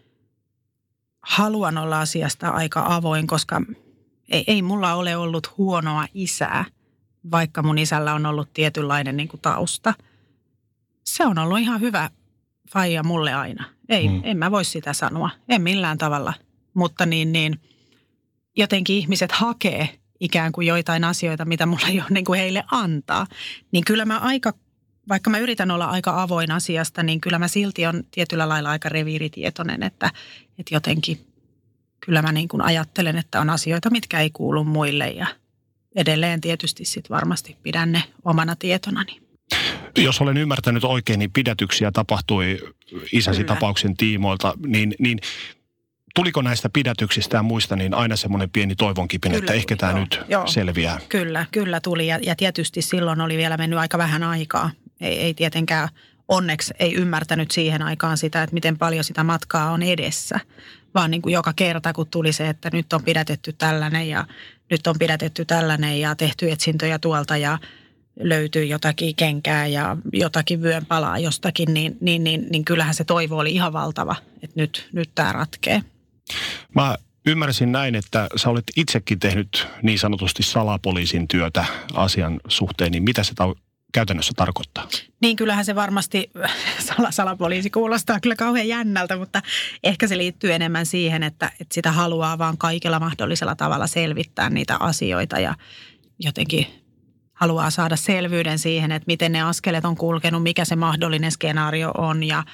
haluan olla asiasta aika avoin, koska ei mulla ole ollut huonoa isää, vaikka mun isällä on ollut tietynlainen niin kuin tausta. Se on ollut ihan hyvä faija mulle aina. En mä voi sitä sanoa, en millään tavalla, mutta niin jotenkin ihmiset hakee ikään kuin joitain asioita, mitä mulla ei ole niin kuin heille antaa. Niin kyllä mä vaikka mä yritän olla aika avoin asiasta, niin kyllä mä silti on tietyllä lailla aika reviiritietoinen, että jotenkin kyllä mä niin kuin ajattelen, että on asioita, mitkä ei kuulu muille ja edelleen tietysti sit varmasti pidän ne omana tietonani. Jos olen ymmärtänyt oikein, niin pidätyksiä tapahtui isäsi tapauksen tiimoilta, niin tuliko näistä pidätyksistä ja muista niin aina semmoinen pieni toivonkipinä, että ehkä tämä nyt selviää? Kyllä tuli ja tietysti silloin oli vielä mennyt aika vähän aikaa. Ei tietenkään onneksi ei ymmärtänyt siihen aikaan sitä, että miten paljon sitä matkaa on edessä, vaan niin kuin joka kerta kun tuli se, että nyt on pidätetty tällainen ja nyt on pidätetty tällainen ja tehty etsintöjä tuolta ja löytyy jotakin kenkää ja jotakin vyönpalaa jostakin, niin kyllähän se toivo oli ihan valtava, että nyt tämä ratkee. Mä ymmärsin näin, että sä olet itsekin tehnyt niin sanotusti salapoliisin työtä asian suhteen, niin mitä se käytännössä tarkoittaa? Niin kyllähän se varmasti, salapoliisi kuulostaa kyllä kauhean jännältä, mutta ehkä se liittyy enemmän siihen, että sitä haluaa vaan kaikella mahdollisella tavalla selvittää niitä asioita ja jotenkin haluaa saada selvyyden siihen, että miten ne askeleet on kulkenut, mikä se mahdollinen skenaario on ja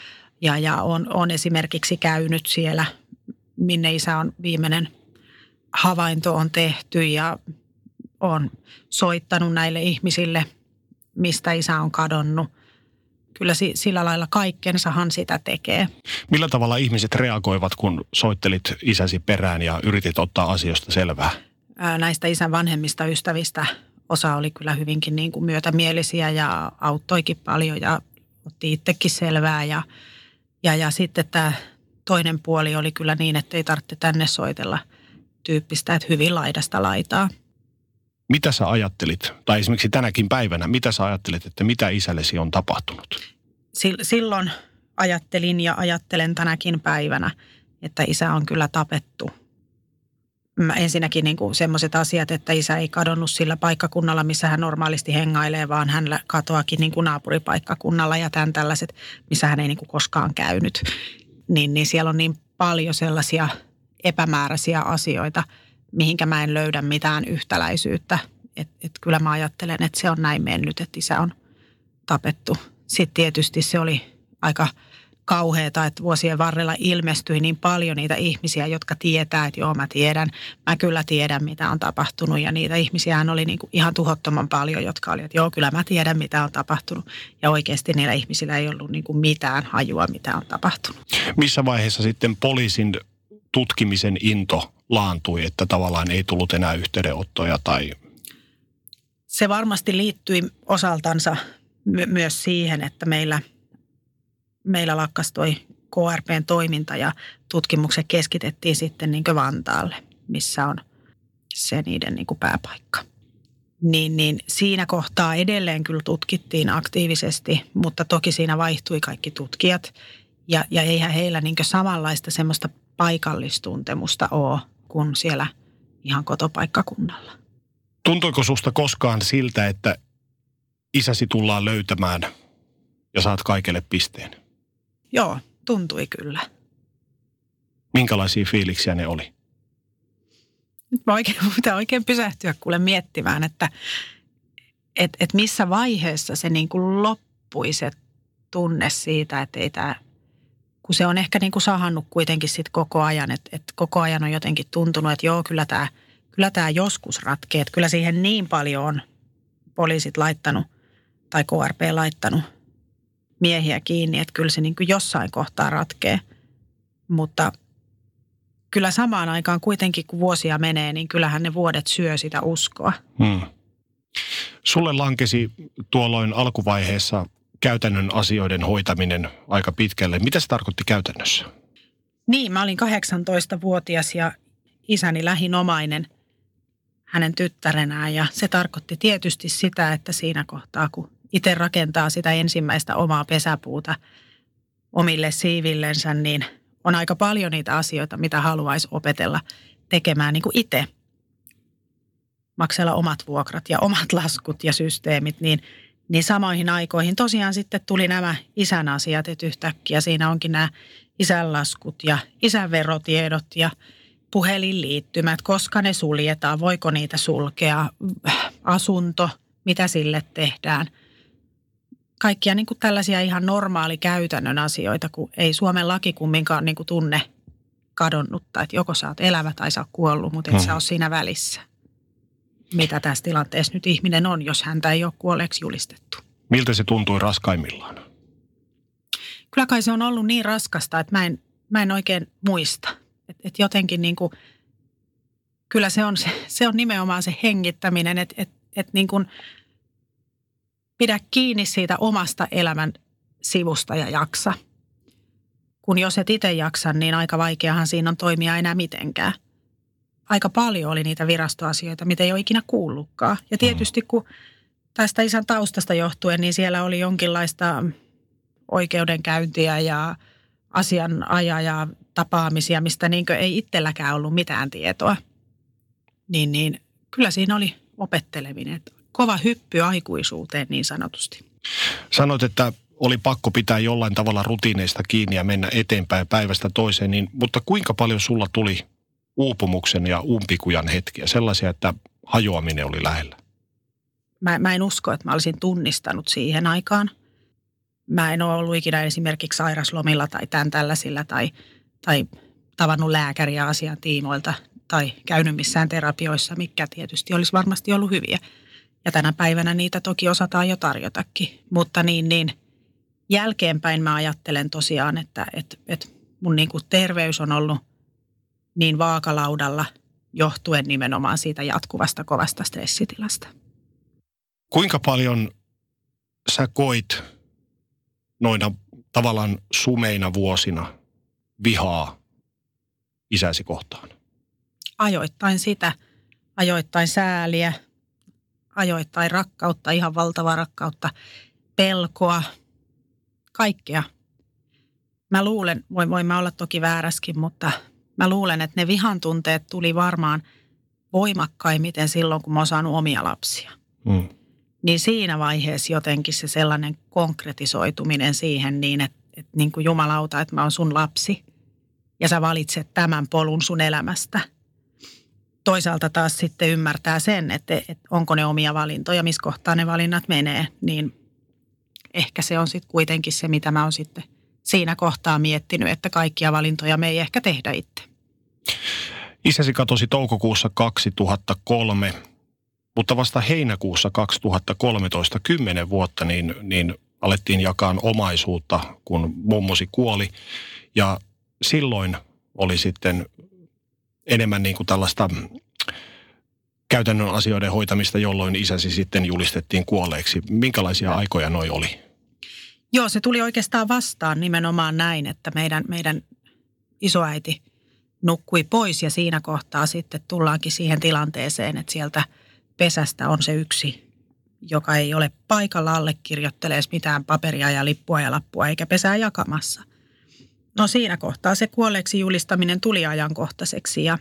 on esimerkiksi käynyt siellä, minne isä on viimeinen havainto on tehty ja on soittanut näille ihmisille, mistä isä on kadonnut. Kyllä sillä lailla kaikkensahan sitä tekee. Millä tavalla ihmiset reagoivat, kun soittelit isäsi perään ja yritit ottaa asioista selvää? Näistä isän vanhemmista ystävistä osa oli kyllä hyvinkin niin kuin myötämielisiä ja auttoikin paljon ja otti itsekin selvää. Ja sitten tämä toinen puoli oli kyllä niin, että ei tarvitse tänne soitella tyyppistä, että hyvin laidasta laitaa. Mitä sä ajattelit, tai esimerkiksi tänäkin päivänä, mitä sä ajattelit, että mitä isällesi on tapahtunut? Silloin ajattelin ja ajattelen tänäkin päivänä, että isä on kyllä tapettu. Ensinnäkin niin kuin sellaiset asiat, että isä ei kadonnut sillä paikkakunnalla, missä hän normaalisti hengailee, vaan hän katoakin niin kuin naapuripaikkakunnalla ja tämän tällaiset, missä hän ei niin kuin koskaan käynyt. Niin siellä on niin paljon sellaisia epämääräisiä asioita, mihinkä mä en löydä mitään yhtäläisyyttä. Että kyllä mä ajattelen, että se on näin mennyt, että isä on tapettu. Sitten tietysti se oli aika kauheata, että vuosien varrella ilmestyi niin paljon niitä ihmisiä, jotka tietää, että joo mä tiedän. Mä kyllä tiedän, mitä on tapahtunut ja niitä ihmisiähän oli niin kuin ihan tuhottoman paljon, jotka oli, että joo kyllä mä tiedän, mitä on tapahtunut. Ja oikeasti niillä ihmisillä ei ollut niin kuin mitään hajua, mitä on tapahtunut. Missä vaiheessa sitten poliisin tutkimisen into laantui, että tavallaan ei tullut enää yhteydenottoja tai... Se varmasti liittyi osaltansa myös siihen, että meillä lakkasi toi KRP:n toiminta ja tutkimukset keskitettiin sitten niin kuin Vantaalle, missä on se niiden niin kuin pääpaikka. Niin siinä kohtaa edelleen kyllä tutkittiin aktiivisesti, mutta toki siinä vaihtui kaikki tutkijat ja eihän heillä niin kuin samanlaista semmoista paikallistuntemusta ole kuin siellä ihan kotopaikkakunnalla. Tuntuiko susta koskaan siltä, että isäsi tullaan löytämään ja saat kaikelle pisteen? Joo, tuntui kyllä. Minkälaisia fiiliksiä ne oli? Nyt mä pitää oikein pysähtyä kuule miettimään, että missä vaiheessa se niin kuin loppui se tunne siitä, että ei tämä... Kun se on ehkä niin kuin sahannut kuitenkin sit koko ajan, että koko ajan on jotenkin tuntunut, että joo, kyllä tämä joskus ratkee. Että kyllä siihen niin paljon on poliisit laittanut tai KRP laittanut miehiä kiinni, että kyllä se niin kuin jossain kohtaa ratkee. Mutta kyllä samaan aikaan kuitenkin, kun vuosia menee, niin kyllähän ne vuodet syö sitä uskoa. Sulle lankesi tuolloin alkuvaiheessa käytännön asioiden hoitaminen aika pitkälle. Mitä se tarkoitti käytännössä? Niin, mä olin 18-vuotias ja isäni lähinomainen hänen tyttärenään. Ja se tarkoitti tietysti sitä, että siinä kohtaa, kun itse rakentaa sitä ensimmäistä omaa pesäpuuta omille siivillensä, niin on aika paljon niitä asioita, mitä haluaisi opetella tekemään niin kuin itse. Maksella omat vuokrat ja omat laskut ja systeemit, niin samoihin aikoihin tosiaan sitten tuli nämä isän asiat, että yhtäkkiä siinä onkin nämä isän laskut ja isän verotiedot ja puhelinliittymät, koska ne suljetaan, voiko niitä sulkea, asunto, mitä sille tehdään. Kaikkia niin kuin tällaisia ihan normaali käytännön asioita, kun ei Suomen laki kumminkaan niin kuin tunne kadonnutta, että joko sä oot elävä tai sä oot kuollut, mutta et sä ole siinä välissä. mitä tässä tilanteessa nyt ihminen on, jos häntä ei ole kuolleeksi julistettu. Miltä se tuntui raskaimmillaan? Kyllä kai se on ollut niin raskasta, että mä en oikein muista. Et jotenkin niin kuin, kyllä se on nimenomaan se hengittäminen, että niin kuin pidä kiinni siitä omasta elämän sivusta ja jaksa. Kun jos et itse jaksa, niin aika vaikeahan siinä on toimia enää mitenkään. Aika paljon oli niitä virastoasioita, mitä ei ole ikinä kuullutkaan. Ja tietysti kun tästä isän taustasta johtuen, niin siellä oli jonkinlaista oikeudenkäyntiä ja asianajaja tapaamisia, mistä niin ei itselläkään ollut mitään tietoa. Niin kyllä siinä oli opetteleminen. Kova hyppy aikuisuuteen niin sanotusti. Sanoit, että oli pakko pitää jollain tavalla rutiineista kiinni ja mennä eteenpäin päivästä toiseen, mutta kuinka paljon sulla tuli uupumuksen ja umpikujan hetkiä, sellaisia, että hajoaminen oli lähellä? Mä en usko, että mä olisin tunnistanut siihen aikaan. Mä en ole ollut ikinä esimerkiksi sairaslomilla tai tämän tällaisilla tai tavannut lääkäriä asian tiimoilta tai käynyt missään terapioissa, mikä tietysti olisi varmasti ollut hyviä. Ja tänä päivänä niitä toki osataan jo tarjotakin, mutta niin jälkeenpäin mä ajattelen tosiaan, että mun niin kuin terveys on ollut niin vaakalaudalla johtuen nimenomaan siitä jatkuvasta kovasta stressitilasta. Kuinka paljon sä koit noina tavallaan sumeina vuosina vihaa isäsi kohtaan? Ajoittain sitä, ajoittain sääliä, ajoittain rakkautta, ihan valtavaa rakkautta, pelkoa, kaikkea. Mä luulen, voin mä olla toki vääräskin, mutta mä luulen, että ne vihan tunteet tuli varmaan voimakkaimmiten silloin, kun mä oon saanut omia lapsia. Niin siinä vaiheessa jotenkin se sellainen konkretisoituminen siihen niin, että niin kuin jumalauta, että mä oon sun lapsi ja sä valitset tämän polun sun elämästä. Toisaalta taas sitten ymmärtää sen, että onko ne omia valintoja, missä kohtaa ne valinnat menee, niin ehkä se on sitten kuitenkin se, mitä mä oon sitten siinä kohtaa miettinyt, että kaikkia valintoja me ei ehkä tehdä itse. Isäsi katosi toukokuussa 2003, mutta vasta heinäkuussa 2013, 10 vuotta, niin alettiin jakaa omaisuutta, kun mummosi kuoli. Ja silloin oli sitten enemmän niin kuin tällaista käytännön asioiden hoitamista, jolloin isäsi sitten julistettiin kuolleeksi. Minkälaisia aikoja noi oli? Joo, se tuli oikeastaan vastaan nimenomaan näin, että meidän isoäiti nukkui pois ja siinä kohtaa sitten tullaankin siihen tilanteeseen, että sieltä pesästä on se yksi, joka ei ole paikalla allekirjoittelee mitään paperia ja lippua ja lappua eikä pesää jakamassa. No siinä kohtaa se kuolleeksi julistaminen tuli ajankohtaiseksi ja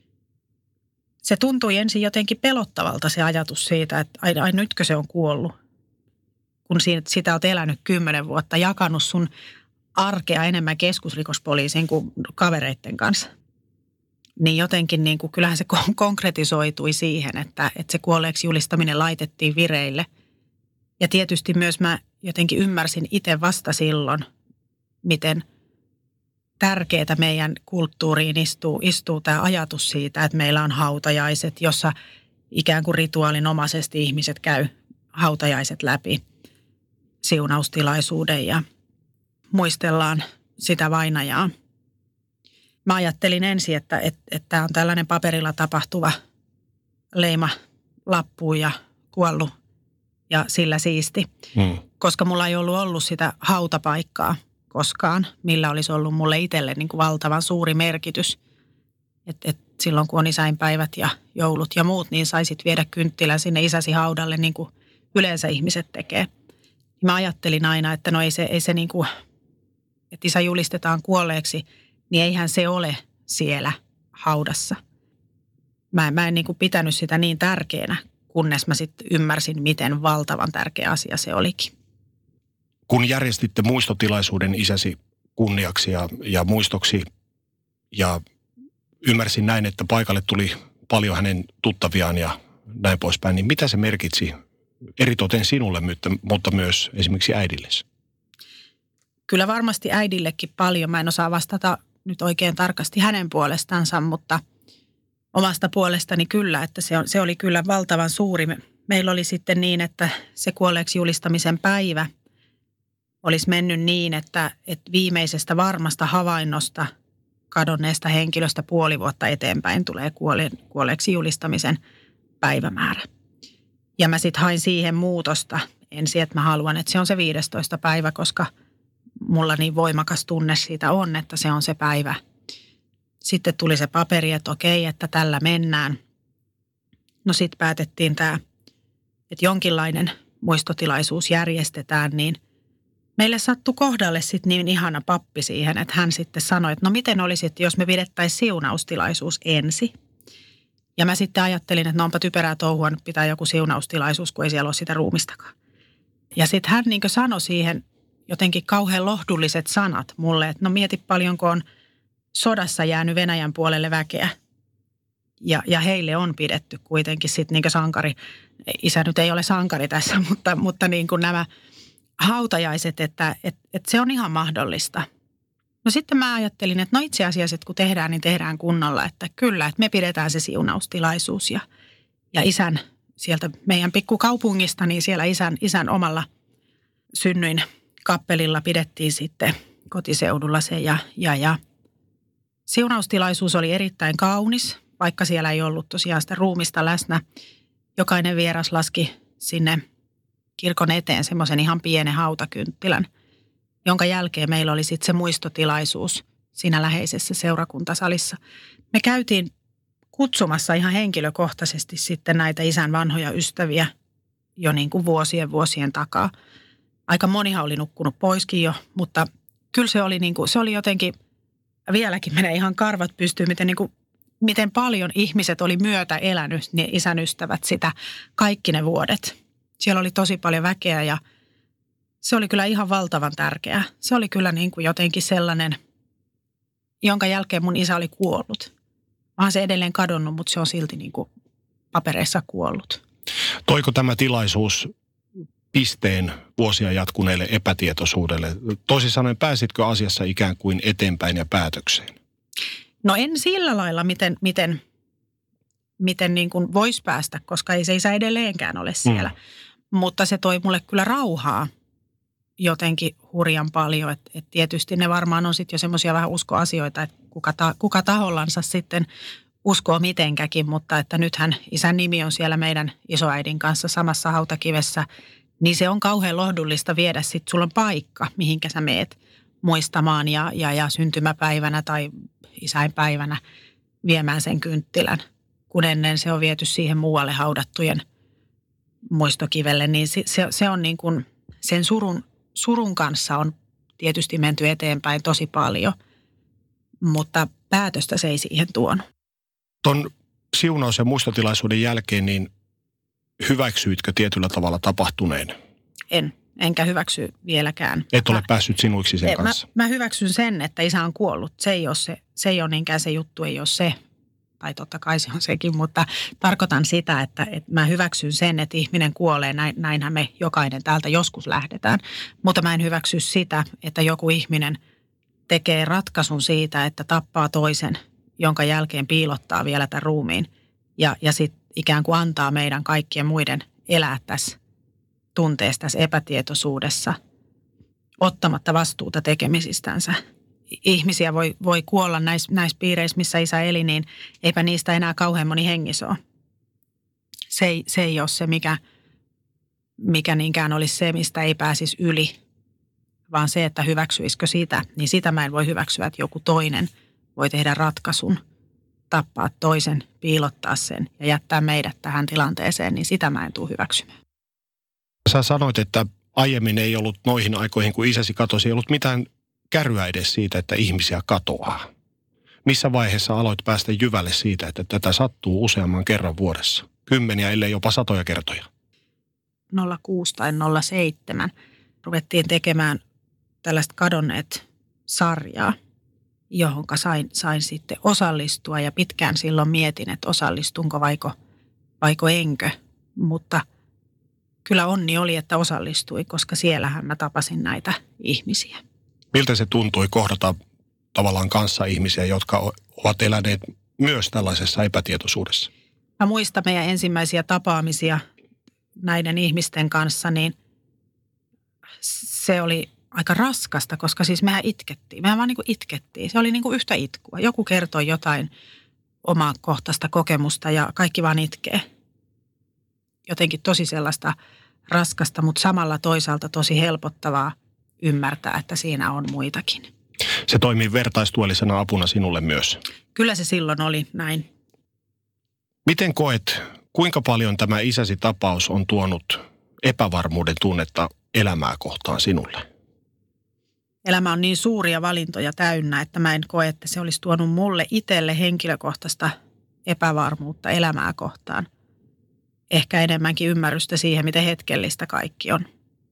se tuntui ensin jotenkin pelottavalta se ajatus siitä, että ai nytkö se on kuollut. Kun sitä olet elänyt 10 vuotta, jakanut sun arkea enemmän keskusrikospoliisin kuin kavereiden kanssa. Niin jotenkin niin kuin, kyllähän se konkretisoitui siihen, että se kuolleeksi julistaminen laitettiin vireille. Ja tietysti myös mä jotenkin ymmärsin itse vasta silloin, miten tärkeää meidän kulttuuriin istuu tämä ajatus siitä, että meillä on hautajaiset, jossa ikään kuin rituaalinomaisesti ihmiset käy hautajaiset läpi siunaustilaisuuden ja muistellaan sitä vainajaa. Mä ajattelin ensin, että tämä on tällainen paperilla tapahtuva leima lappuun ja kuollut ja sillä siisti. Koska mulla ei ollut sitä hautapaikkaa koskaan, millä olisi ollut mulle itselle niin kuin valtavan suuri merkitys. Et silloin kun on isänpäivät ja joulut ja muut, niin saisit viedä kynttilän sinne isäsi haudalle niin kuin yleensä ihmiset tekee. Mä ajattelin aina, että no ei se niin kuin, että isä julistetaan kuolleeksi, niin eihän se ole siellä haudassa. Mä en niin kuin pitänyt sitä niin tärkeänä, kunnes mä sitten ymmärsin, miten valtavan tärkeä asia se olikin. Kun järjestitte muistotilaisuuden isäsi kunniaksi ja muistoksi ja ymmärsin näin, että paikalle tuli paljon hänen tuttaviaan ja näin poispäin, niin mitä se merkitsi eritoten sinulle, mutta myös esimerkiksi äidillesi? Kyllä varmasti äidillekin paljon. Mä en osaa vastata nyt oikein tarkasti hänen puolestansa, mutta omasta puolestani kyllä, että se oli kyllä valtavan suuri. Meillä oli sitten niin, että se kuolleeksi julistamisen päivä olisi mennyt niin, että viimeisestä varmasta havainnosta kadonneesta henkilöstä puoli vuotta eteenpäin tulee kuolleeksi julistamisen päivämäärä. Ja mä sitten hain siihen muutosta ensin, että mä haluan, että se on se 15. päivä, koska mulla niin voimakas tunne siitä on, että se on se päivä. Sitten tuli se paperi, että okei, että tällä mennään. No sitten päätettiin tämä, että jonkinlainen muistotilaisuus järjestetään, niin meille sattui kohdalle sitten niin ihana pappi siihen, että hän sitten sanoi, että no miten olisi, jos me pidettäisiin siunaustilaisuus ensin. Ja mä sitten ajattelin, että no onpa typerää touhua, nyt pitää joku siunaustilaisuus, kun ei siellä ole sitä ruumistakaan. Ja sitten hän niin kuin sanoi siihen jotenkin kauhean lohdulliset sanat mulle, että no mieti paljonko on sodassa jäänyt Venäjän puolelle väkeä. Ja heille on pidetty kuitenkin sitten niin kuin sankari. Isä nyt ei ole sankari tässä, mutta niin kuin nämä hautajaiset, että se on ihan mahdollista. No sitten mä ajattelin, että no itse asiassa, että kun tehdään, niin tehdään kunnolla. Että kyllä, että me pidetään se siunaustilaisuus ja isän sieltä meidän pikkukaupungista, niin siellä isän omalla synnyin kappelilla pidettiin sitten kotiseudulla se ja siunaustilaisuus oli erittäin kaunis, vaikka siellä ei ollut tosiaan sitä ruumista läsnä. Jokainen vieras laski sinne kirkon eteen semmoisen ihan pienen hautakynttilän, jonka jälkeen meillä oli sitten se muistotilaisuus siinä läheisessä seurakuntasalissa. Me käytiin kutsumassa ihan henkilökohtaisesti sitten näitä isän vanhoja ystäviä jo niin kuin vuosien takaa. Aika monihan oli nukkunut poiskin jo, mutta kyllä se oli jotenkin, vieläkin menee ihan karvat pystyyn, miten paljon ihmiset oli myötä elänyt, ne isän ystävät sitä kaikki ne vuodet. Siellä oli tosi paljon väkeä ja se oli kyllä ihan valtavan tärkeää. Se oli kyllä niin kuin jotenkin sellainen, jonka jälkeen mun isä oli kuollut. Mä oon se edelleen kadonnut, mutta se on silti niin kuin papereissa kuollut. Toiko tämä tilaisuus pisteen vuosia jatkuneelle epätietoisuudelle? Toisin sanoen, pääsitkö asiassa ikään kuin eteenpäin ja päätökseen? No en sillä lailla, miten niin kuin voisi päästä, koska ei se isä edelleenkään ole siellä. Mutta se toi mulle kyllä rauhaa jotenkin hurjan paljon. Et tietysti ne varmaan on sitten jo semmoisia vähän uskoasioita, että kuka tahollansa sitten uskoo mitenkäkin. Mutta että nythän isän nimi on siellä meidän isoäidin kanssa samassa hautakivessä, niin se on kauhean lohdullista viedä sitten, sulla on paikka, mihinkä sä meet muistamaan ja syntymäpäivänä tai isäinpäivänä viemään sen kynttilän. Kun ennen se on viety siihen muualle haudattujen muistokivelle, niin se on niin kuin sen surun kanssa on tietysti menty eteenpäin tosi paljon, mutta päätöstä se ei siihen tuonut. Ton siunaus- ja muistotilaisuuden jälkeen, niin hyväksyitkö tietyllä tavalla tapahtuneen? Enkä hyväksy vieläkään. Et ole päässyt sinuiksi sen kanssa? Mä hyväksyn sen, että isä on kuollut. Se ei ole niinkään se juttu, ei ole se. Tai totta kai se on sekin, mutta tarkoitan sitä, että mä hyväksyn sen, että ihminen kuolee. Näinhän me jokainen täältä joskus lähdetään. Mutta mä en hyväksy sitä, että joku ihminen tekee ratkaisun siitä, että tappaa toisen, jonka jälkeen piilottaa vielä tämän ruumiin. Ja sitten ikään kuin antaa meidän kaikkien muiden elää tässä tunteessa, tässä epätietoisuudessa, ottamatta vastuuta tekemisistänsä. Ihmisiä voi kuolla näissä piireissä, missä isä eli, niin eipä niistä enää kauhean moni hengissä ole. Se ei ole se, mikä niinkään olisi se, mistä ei pääsisi yli, vaan se, että hyväksyisikö sitä, niin sitä mä en voi hyväksyä, että joku toinen voi tehdä ratkaisun, tappaa toisen, piilottaa sen ja jättää meidät tähän tilanteeseen, niin sitä mä en tule hyväksymään. Sä sanoit, että aiemmin ei ollut noihin aikoihin, kun isäsi katosi, ei ollut mitään kärryä edes siitä, että ihmisiä katoaa. Missä vaiheessa aloit päästä jyvälle siitä, että tätä sattuu useamman kerran vuodessa? 10, ellei jopa 100 kertoja. 06 tai 07 ruvettiin tekemään tällaista kadonneet-sarjaa, johonka sain sitten osallistua. Ja pitkään silloin mietin, että osallistunko vaiko enkö. Mutta kyllä onni oli, että osallistui, koska siellähän mä tapasin näitä ihmisiä. Miltä se tuntui kohdata tavallaan kanssa ihmisiä, jotka ovat eläneet myös tällaisessa epätietoisuudessa? Mä muistan meidän ensimmäisiä tapaamisia näiden ihmisten kanssa, niin se oli aika raskasta, koska siis mehän itkettiin. Mehän vaan niin kuin itkettiin. Se oli niin kuin yhtä itkua. Joku kertoi jotain omaa kohtaista kokemusta ja kaikki vaan itkee. Jotenkin tosi sellaista raskasta, mutta samalla toisaalta tosi helpottavaa ymmärtää, että siinä on muitakin. Se toimii vertaistuellisena apuna sinulle myös. Kyllä se silloin oli näin. Miten koet, kuinka paljon tämä isäsi tapaus on tuonut epävarmuuden tunnetta elämää kohtaan sinulle? Elämä on niin suuria valintoja täynnä, että mä en koe, että se olisi tuonut mulle itselle henkilökohtaista epävarmuutta elämää kohtaan. Ehkä enemmänkin ymmärrystä siihen, miten hetkellistä kaikki on.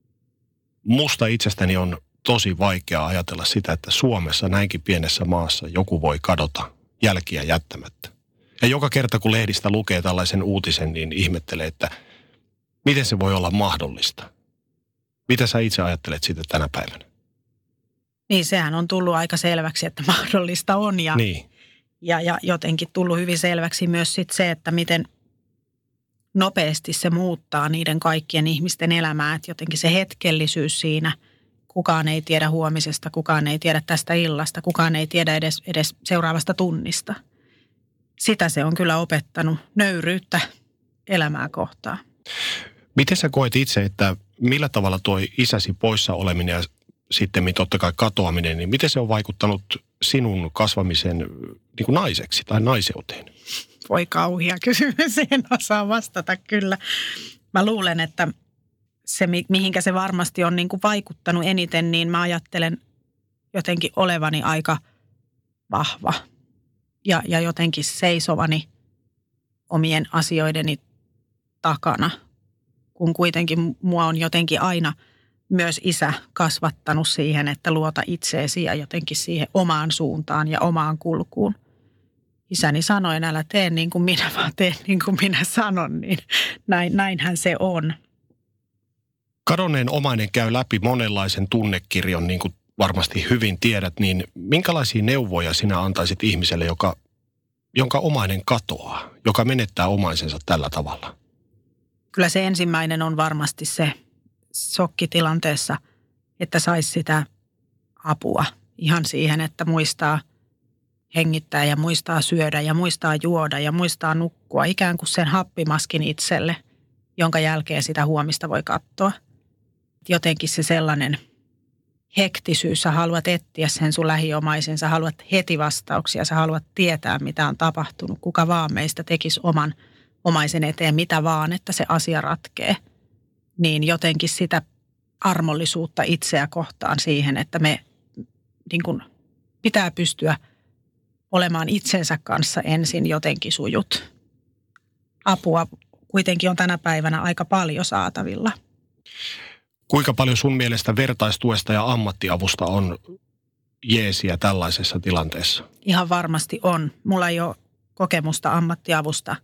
Musta itsestäni on tosi vaikea ajatella sitä, että Suomessa näinkin pienessä maassa joku voi kadota jälkiä jättämättä. Ja joka kerta, kun lehdistä lukee tällaisen uutisen, niin ihmettelee, että miten se voi olla mahdollista. Mitä sä itse ajattelet siitä tänä päivänä? Niin, sehän on tullut aika selväksi, että mahdollista on. Ja jotenkin tullut hyvin selväksi myös sit se, että miten nopeasti se muuttaa niiden kaikkien ihmisten elämää. Että jotenkin se hetkellisyys siinä, kukaan ei tiedä huomisesta, kukaan ei tiedä tästä illasta, kukaan ei tiedä edes seuraavasta tunnista. Sitä se on kyllä opettanut, nöyryyttä elämää kohtaan. Miten sä koet itse, että millä tavalla tuo isäsi poissa oleminen ja sitten totta kai katoaminen, niin miten se on vaikuttanut sinun kasvamisen niin kuin naiseksi tai naiseuteen? Voi kauhia kysymys, en osaa vastata kyllä. Mä luulen, että se mihinkä se varmasti on niin kuin vaikuttanut eniten, niin mä ajattelen jotenkin olevani aika vahva ja jotenkin seisovani omien asioideni takana, kun kuitenkin mua on jotenkin aina myös isä kasvattanut siihen, että luota itseesi ja jotenkin siihen omaan suuntaan ja omaan kulkuun. Isäni sanoi, älä tee niin kuin minä, vaan tee niin kuin minä sanon, niin näinhän se on. Kadonneen omainen käy läpi monenlaisen tunnekirjon, niin kuin varmasti hyvin tiedät, niin minkälaisia neuvoja sinä antaisit ihmiselle, jonka omainen katoaa, joka menettää omaisensa tällä tavalla? Kyllä se ensimmäinen on varmasti se shokkitilanteessa, että saisi sitä apua ihan siihen, että muistaa hengittää ja muistaa syödä ja muistaa juoda ja muistaa nukkua ikään kuin sen happimaskin itselle, jonka jälkeen sitä huomista voi katsoa. Jotenkin se sellainen hektisyys, sä haluat etsiä sen sun lähiomaisen, sä haluat heti vastauksia, sä haluat tietää mitä on tapahtunut, kuka vaan meistä tekisi oman omaisen eteen mitä vaan, että se asia ratkee. Niin jotenkin sitä armollisuutta itseä kohtaan siihen, että me niin kuin pitää pystyä olemaan itsensä kanssa ensin jotenkin sujut. Apua kuitenkin on tänä päivänä aika paljon saatavilla. Kuinka paljon sun mielestä vertaistuesta ja ammattiavusta on jeesiä tällaisessa tilanteessa? Ihan varmasti on. Mulla ei ole kokemusta ammattiavusta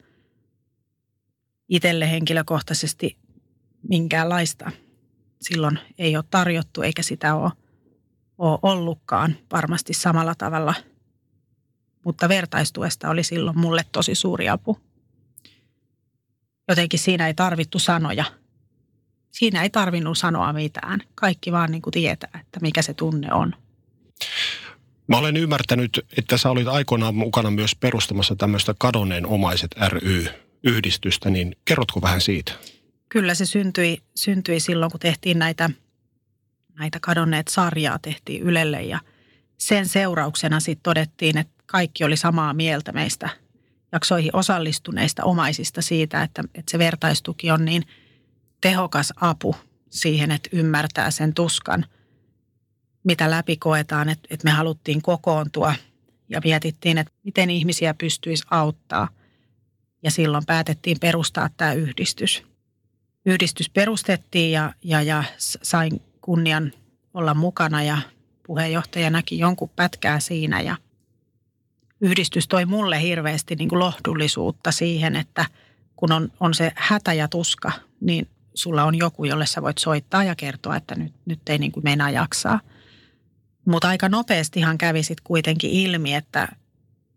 itselle henkilökohtaisesti minkäänlaista. Silloin ei ole tarjottu eikä sitä ole ollutkaan varmasti samalla tavalla. Mutta vertaistuesta oli silloin mulle tosi suuri apu. Jotenkin siinä ei tarvittu sanoja. Siinä ei tarvinnut sanoa mitään. Kaikki vaan niin kuin tietää, että mikä se tunne on. Mä olen ymmärtänyt, että sä olit aikoinaan mukana myös perustamassa tämmöistä Kadonneen omaiset ry-yhdistystä, niin kerrotko vähän siitä? Kyllä se syntyi silloin, kun tehtiin näitä Kadonneet-sarjaa tehtiin Ylelle ja sen seurauksena sitten todettiin, että kaikki oli samaa mieltä meistä jaksoihin osallistuneista omaisista siitä, että se vertaistuki on niin tehokas apu siihen, että ymmärtää sen tuskan, mitä läpi koetaan, että me haluttiin kokoontua ja mietittiin, että miten ihmisiä pystyisi auttaa. Ja silloin päätettiin perustaa tämä yhdistys. Yhdistys perustettiin ja sain kunnian olla mukana ja puheenjohtaja näki jonkun pätkää siinä. Ja yhdistys toi mulle hirveästi niin kuin lohdullisuutta siihen, että kun on se hätä ja tuska, niin sulla on joku, jolle sä voit soittaa ja kertoa, että nyt ei niin kuin meinaa jaksaa. Mutta aika nopeastihan kävi sitten kuitenkin ilmi, että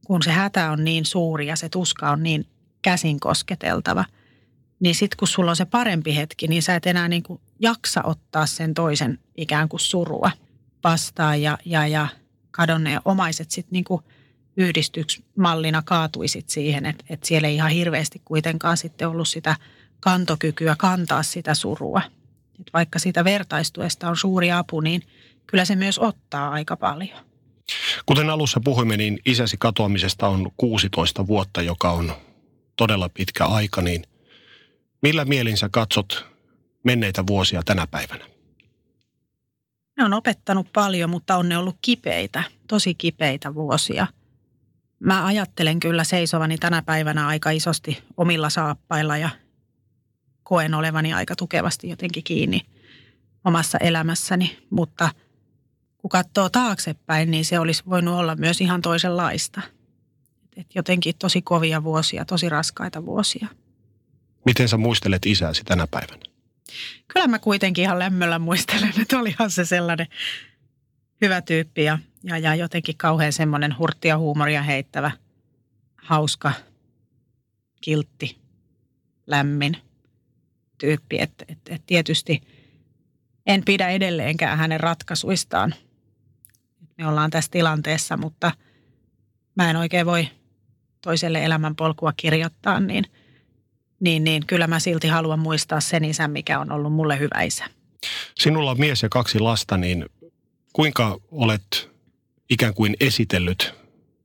kun se hätä on niin suuri ja se tuska on niin käsin kosketeltava, niin sitten kun sulla on se parempi hetki, niin sä et enää niin kuin jaksa ottaa sen toisen ikään kuin surua vastaan ja kadonneen omaiset sitten niin kuin yhdistyksi mallina kaatuisit siihen, että siellä ei ihan hirveästi kuitenkaan sitten ollut sitä kantokykyä kantaa sitä surua. Et vaikka siitä vertaistuesta on suuri apu, niin kyllä se myös ottaa aika paljon. Kuten alussa puhuimme, niin isäsi katoamisesta on 16 vuotta, joka on todella pitkä aika, niin millä mielin sä katsot menneitä vuosia tänä päivänä? Ne on opettanut paljon, mutta on ne ollut kipeitä, tosi kipeitä vuosia. Mä ajattelen kyllä seisovani tänä päivänä aika isosti omilla saappailla ja koen olevani aika tukevasti jotenkin kiinni omassa elämässäni, mutta kun katsoo taaksepäin, niin se olisi voinut olla myös ihan toisenlaista. Et jotenkin tosi kovia vuosia, tosi raskaita vuosia. Miten sä muistelet isääsi tänä päivänä? Kyllä mä kuitenkin ihan lämmöllä muistelen, että olihan se sellainen hyvä tyyppi ja jotenkin kauhean semmoinen hurttia huumoria heittävä, hauska, kiltti, lämmin tyyppi. Että tietysti en pidä edelleenkään hänen ratkaisuistaan. Me ollaan tässä tilanteessa, mutta mä en oikein voi toiselle elämänpolkua kirjoittaa, niin kyllä mä silti haluan muistaa sen isän, mikä on ollut mulle hyvä isä. Sinulla on mies ja 2 lasta, niin kuinka olet ikään kuin esitellyt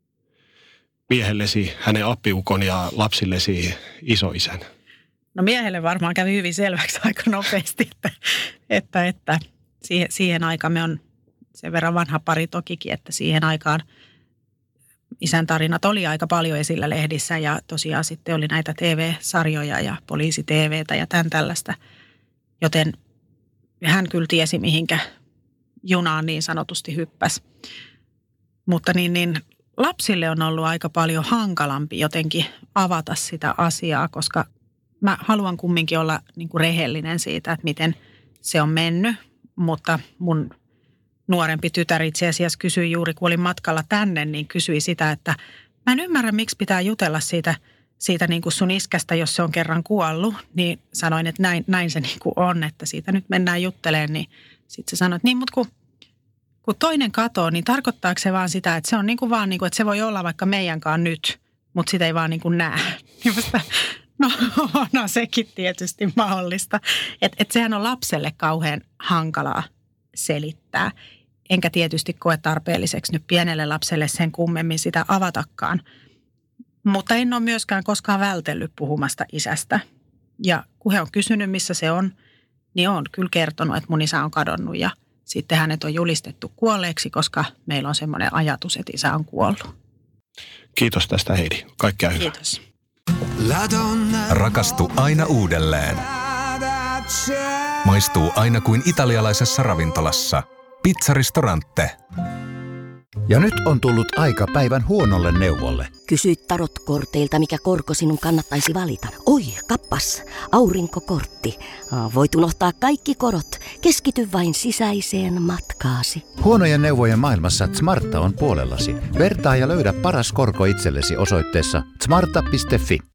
miehellesi hänen appiukon ja lapsillesi isoisän? No miehelle varmaan kävi hyvin selväksi aika nopeasti, että siihen aikaan me on sen verran vanha pari tokikin, että siihen aikaan isän tarinat oli aika paljon esillä lehdissä ja tosiaan sitten oli näitä TV-sarjoja ja poliisi-TVtä ja tämän tällaista. Joten hän kyllä tiesi, mihinkä junaan niin sanotusti hyppäsi. Mutta niin lapsille on ollut aika paljon hankalampi jotenkin avata sitä asiaa, koska mä haluan kumminkin olla niin kuin rehellinen siitä, että miten se on mennyt, mutta mun nuorempi tytär itse asiassa kysyi juuri, kun olin matkalla tänne, niin kysyi sitä, että mä en ymmärrä, miksi pitää jutella siitä niin kuin sun iskästä, jos se on kerran kuollut. Niin sanoin, että näin se niin kuin on, että siitä nyt mennään juttelemaan. Niin sitten se sanoi, että niin, mutta kun toinen katoo, niin tarkoittaako se vaan sitä, että se on niin kuin vaan, niin kuin, että se voi olla vaikka meidänkaan nyt, mutta sitä ei vaan niin kuin näe. Niin musta, no sekin tietysti mahdollista. Että sehän on lapselle kauhean hankalaa selittää. Enkä tietysti koe tarpeelliseksi nyt pienelle lapselle sen kummemmin sitä avatakaan. Mutta en ole myöskään koskaan vältellyt puhumasta isästä. Ja kun he on kysynyt, missä se on, niin olen kyllä kertonut, että mun isä on kadonnut. Ja sitten hänet on julistettu kuolleeksi, koska meillä on semmoinen ajatus, että isä on kuollut. Kiitos tästä, Heidi. Kaikkea hyvää. Kiitos. Rakastu aina uudelleen. Maistuu aina kuin italialaisessa ravintolassa. Pizzaristorante. Ja nyt on tullut aika päivän huonolle neuvolle. Kysy tarotkorteilta, mikä korko sinun kannattaisi valita. Oi, kappas, aurinkokortti. Voit unohtaa kaikki korot. Keskity vain sisäiseen matkaasi. Huonojen neuvojen maailmassa Smarta on puolellasi. Vertaa ja löydä paras korko itsellesi osoitteessa smarta.fi.